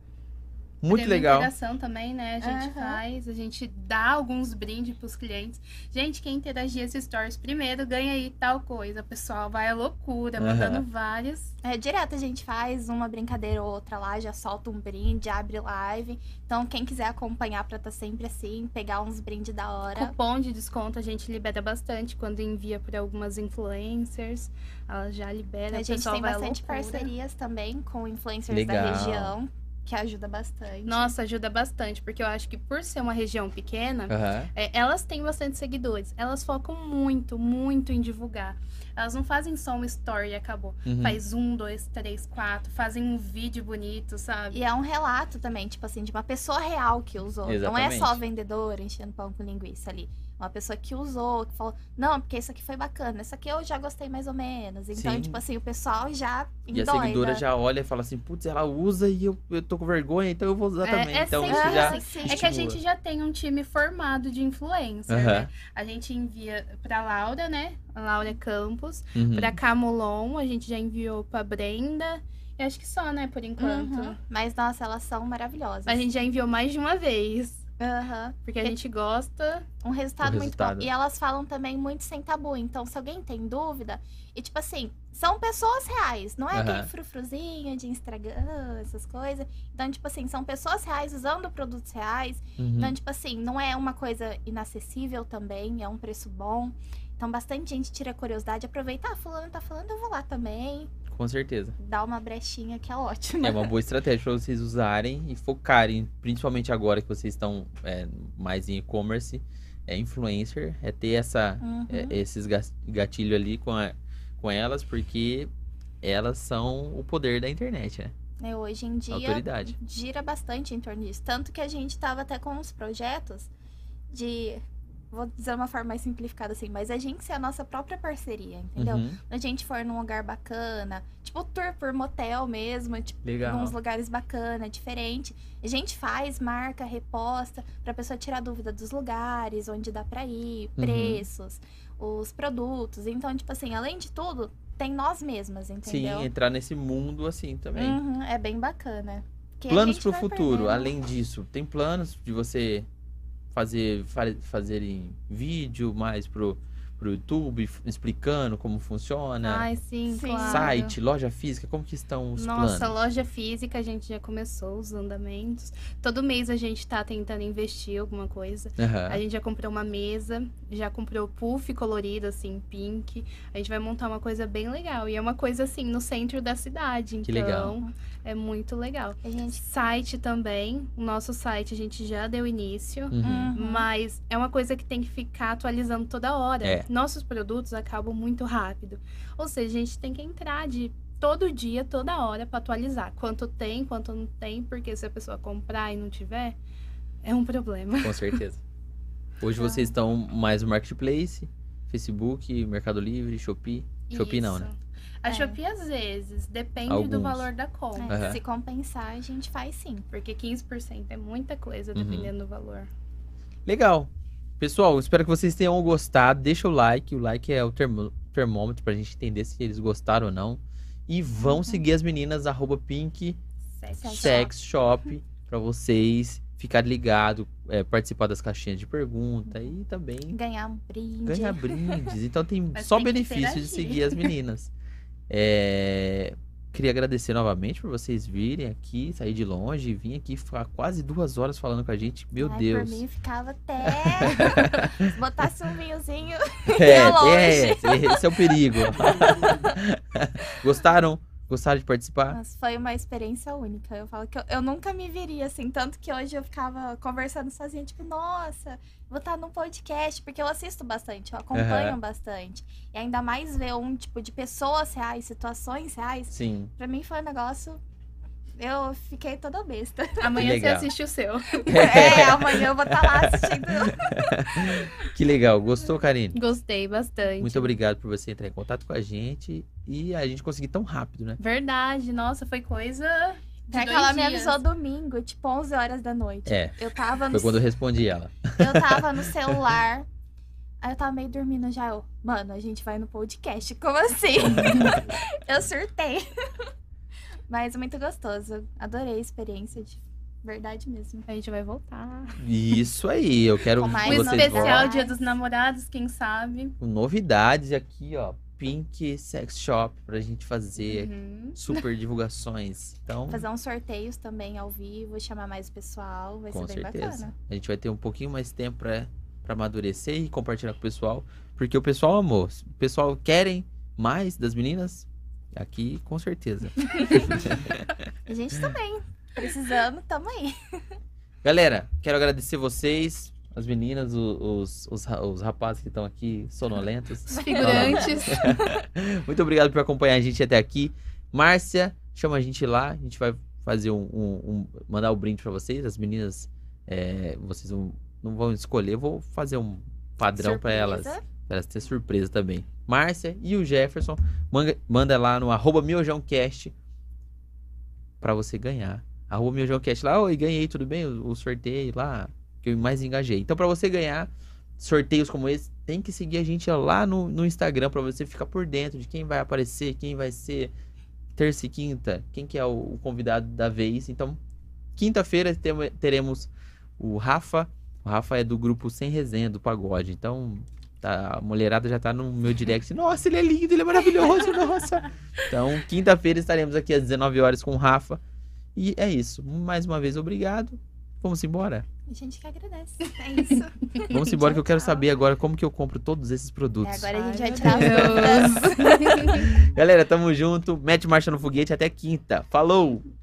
Muito legal. Interação também, né? A gente faz, a gente dá alguns brindes pros clientes. Gente, quem interagir esses stories primeiro ganha aí tal coisa. O pessoal vai à loucura, mandando vários. Direto a gente faz uma brincadeira ou outra lá, já solta um brinde, abre live. Então, quem quiser acompanhar pra estar sempre assim, pegar uns brindes da hora. Cupom de desconto a gente libera bastante quando envia para algumas influencers. Ela já libera, a gente tem bastante parcerias também com influencers da região. Que ajuda bastante. Nossa, ajuda bastante, porque eu acho que por ser uma região pequena, elas têm bastante seguidores. Elas focam muito, muito em divulgar. Elas não fazem só uma story e acabou. Faz 1, 2, 3, 4, fazem um vídeo bonito, sabe? E é um relato também, tipo assim, de uma pessoa real que usou. Exatamente. Não é só vendedor enchendo pão com linguiça ali. Uma pessoa que usou, que falou, não, porque isso aqui foi bacana, isso aqui eu já gostei mais ou menos. Então, tipo assim, o pessoal já endoida. E a seguidora já olha e fala assim, putz, ela usa e eu tô com vergonha, então eu vou usar também. Então, isso já é que a gente já tem um time formado de influencer, né? A gente envia pra Laura, né? A Laura Campos. Pra Camulon, a gente já enviou pra Brenda. E acho que só, né, por enquanto. Mas, nossa, elas são maravilhosas. A gente já enviou mais de uma vez. Porque a gente gosta. Um resultado muito bom. E elas falam também muito sem tabu. Então, se alguém tem dúvida... E, tipo assim, são pessoas reais. Não é aquele frufruzinho de Instagram, essas coisas. Então, tipo assim, são pessoas reais usando produtos reais. Então, tipo assim, não é uma coisa inacessível também. É um preço bom. Então, bastante gente tira curiosidade. Aproveita, fulano tá falando, eu vou lá também. Com certeza. Dá uma brechinha que é ótimo. É uma boa estratégia para vocês usarem e focarem, principalmente agora que vocês estão mais em e-commerce, influencer, ter esses gatilhos ali com elas, porque elas são o poder da internet, né? Hoje em dia, autoridade. Gira bastante em torno disso. Tanto que a gente tava até com uns projetos de... Vou dizer uma forma mais simplificada assim, mas a gente ser a nossa própria parceria, entendeu? Quando a gente for num lugar bacana, tipo tour por motel mesmo, tipo, uns lugares bacana, diferente. A gente faz, marca, reposta, pra pessoa tirar dúvida dos lugares, onde dá pra ir, preços, os produtos. Então, tipo assim, além de tudo, tem nós mesmas, entendeu? Sim, entrar nesse mundo assim também. É bem bacana. Planos pro futuro, além disso, tem planos de você... fazerem vídeo mais pro YouTube, explicando como funciona. Ai, sim, claro. Site, loja física, como que estão os planos? Nossa, loja física, a gente já começou os andamentos. Todo mês a gente tá tentando investir alguma coisa. A gente já comprou uma mesa, já comprou puff colorido, assim, pink. A gente vai montar uma coisa bem legal. E é uma coisa, assim, no centro da cidade. Então, que legal. É muito legal. Site também. O nosso site a gente já deu início. Mas é uma coisa que tem que ficar atualizando toda hora. Nossos produtos acabam muito rápido. Ou seja, a gente tem que entrar de todo dia, toda hora, para atualizar. Quanto tem, quanto não tem. Porque se a pessoa comprar e não tiver, é um problema. Com certeza. Hoje vocês estão mais no Marketplace, Facebook, Mercado Livre, Shopee. Shopee não, né? A Shopee, às vezes, depende do valor da compra. Se compensar, a gente faz sim. Porque 15% é muita coisa, dependendo do valor. Legal. Pessoal, espero que vocês tenham gostado. Deixa o like. O like é o termômetro pra gente entender se eles gostaram ou não. E vão seguir as meninas, @Pink Sex Shop, pra vocês ficarem ligados, participar das caixinhas de pergunta e também... Ganhar um brinde. Ganhar brindes. Então tem só benefício de seguir as meninas. Queria agradecer novamente por vocês virem aqui, sair de longe, vir aqui ficar quase 2 horas falando com a gente. Meu Deus. Por mim ficava até... Se botasse um vinhozinho, esse é o perigo. Gostaram? Gostaram de participar? Mas foi uma experiência única. Eu falo que eu nunca me viria assim. Tanto que hoje eu ficava conversando sozinha, tipo, nossa, vou estar num podcast, porque eu assisto bastante, eu acompanho bastante. E ainda mais ver um tipo de pessoas reais, situações reais. Sim. Pra mim foi um negócio Eu fiquei toda besta. Amanhã você legal. assiste o seu. Amanhã eu vou estar lá assistindo. Que legal. Gostou, Karine? Gostei bastante. Muito obrigado por você entrar em contato com a gente e a gente conseguir tão rápido, né? Verdade, nossa, foi coisa de Até que 2 ela me dias. avisou domingo, tipo 11 horas da noite. É, Eu tava no, foi quando eu respondi ela. eu tava no celular, aí eu tava meio dormindo já. Mano, a gente vai no podcast, como assim? Eu surtei. Mas muito gostoso. Adorei a experiência, de verdade mesmo. A gente vai voltar. Isso aí, eu quero Com que mais Um vocês especial voltem Dia dos Namorados, quem sabe? com novidades aqui, ó. Pink Sex Shop pra gente fazer Uhum. super divulgações. Então, Fazer uns sorteios também ao vivo, chamar mais o pessoal, vai com ser bem certeza. bacana. A gente vai ter um pouquinho mais tempo pra amadurecer e compartilhar com o pessoal. Porque o pessoal amou. O pessoal querem mais das meninas? Aqui, com certeza. A gente também, precisando, tamo aí. Galera, quero agradecer vocês, as meninas, os rapazes que estão aqui sonolentos. Os figurantes. Muito obrigado por acompanhar a gente até aqui. Márcia, chama a gente lá. A gente vai fazer mandar o brinde pra vocês. As meninas, vocês não vão escolher. Eu vou fazer um padrão pra elas. Surpresa. Pra elas terem surpresa também. Márcia e o Jefferson, manda lá no @miojãocast pra você ganhar. @miojãocast lá, oi, ganhei, tudo bem? O sorteio lá, que eu mais engajei. Então, pra você ganhar sorteios como esse, tem que seguir a gente lá no Instagram pra você ficar por dentro de quem vai aparecer, quem vai ser terça e quinta, quem que é o convidado da vez. Então, quinta-feira teremos o Rafa. O Rafa é do grupo Sem Resenha, do Pagode. Então, a mulherada já tá no meu direct. Nossa, ele é lindo, ele é maravilhoso, nossa. Então, quinta-feira estaremos aqui às 19 horas com o Rafa. E é isso. Mais uma vez, obrigado. Vamos embora? A gente que agradece. É isso. Vamos embora que eu quero Tchau. saber agora como que eu compro todos esses produtos. Agora a gente Ai, vai meu tirar as Deus. dúvidas. Galera, tamo junto. Mete marcha no foguete até quinta. Falou!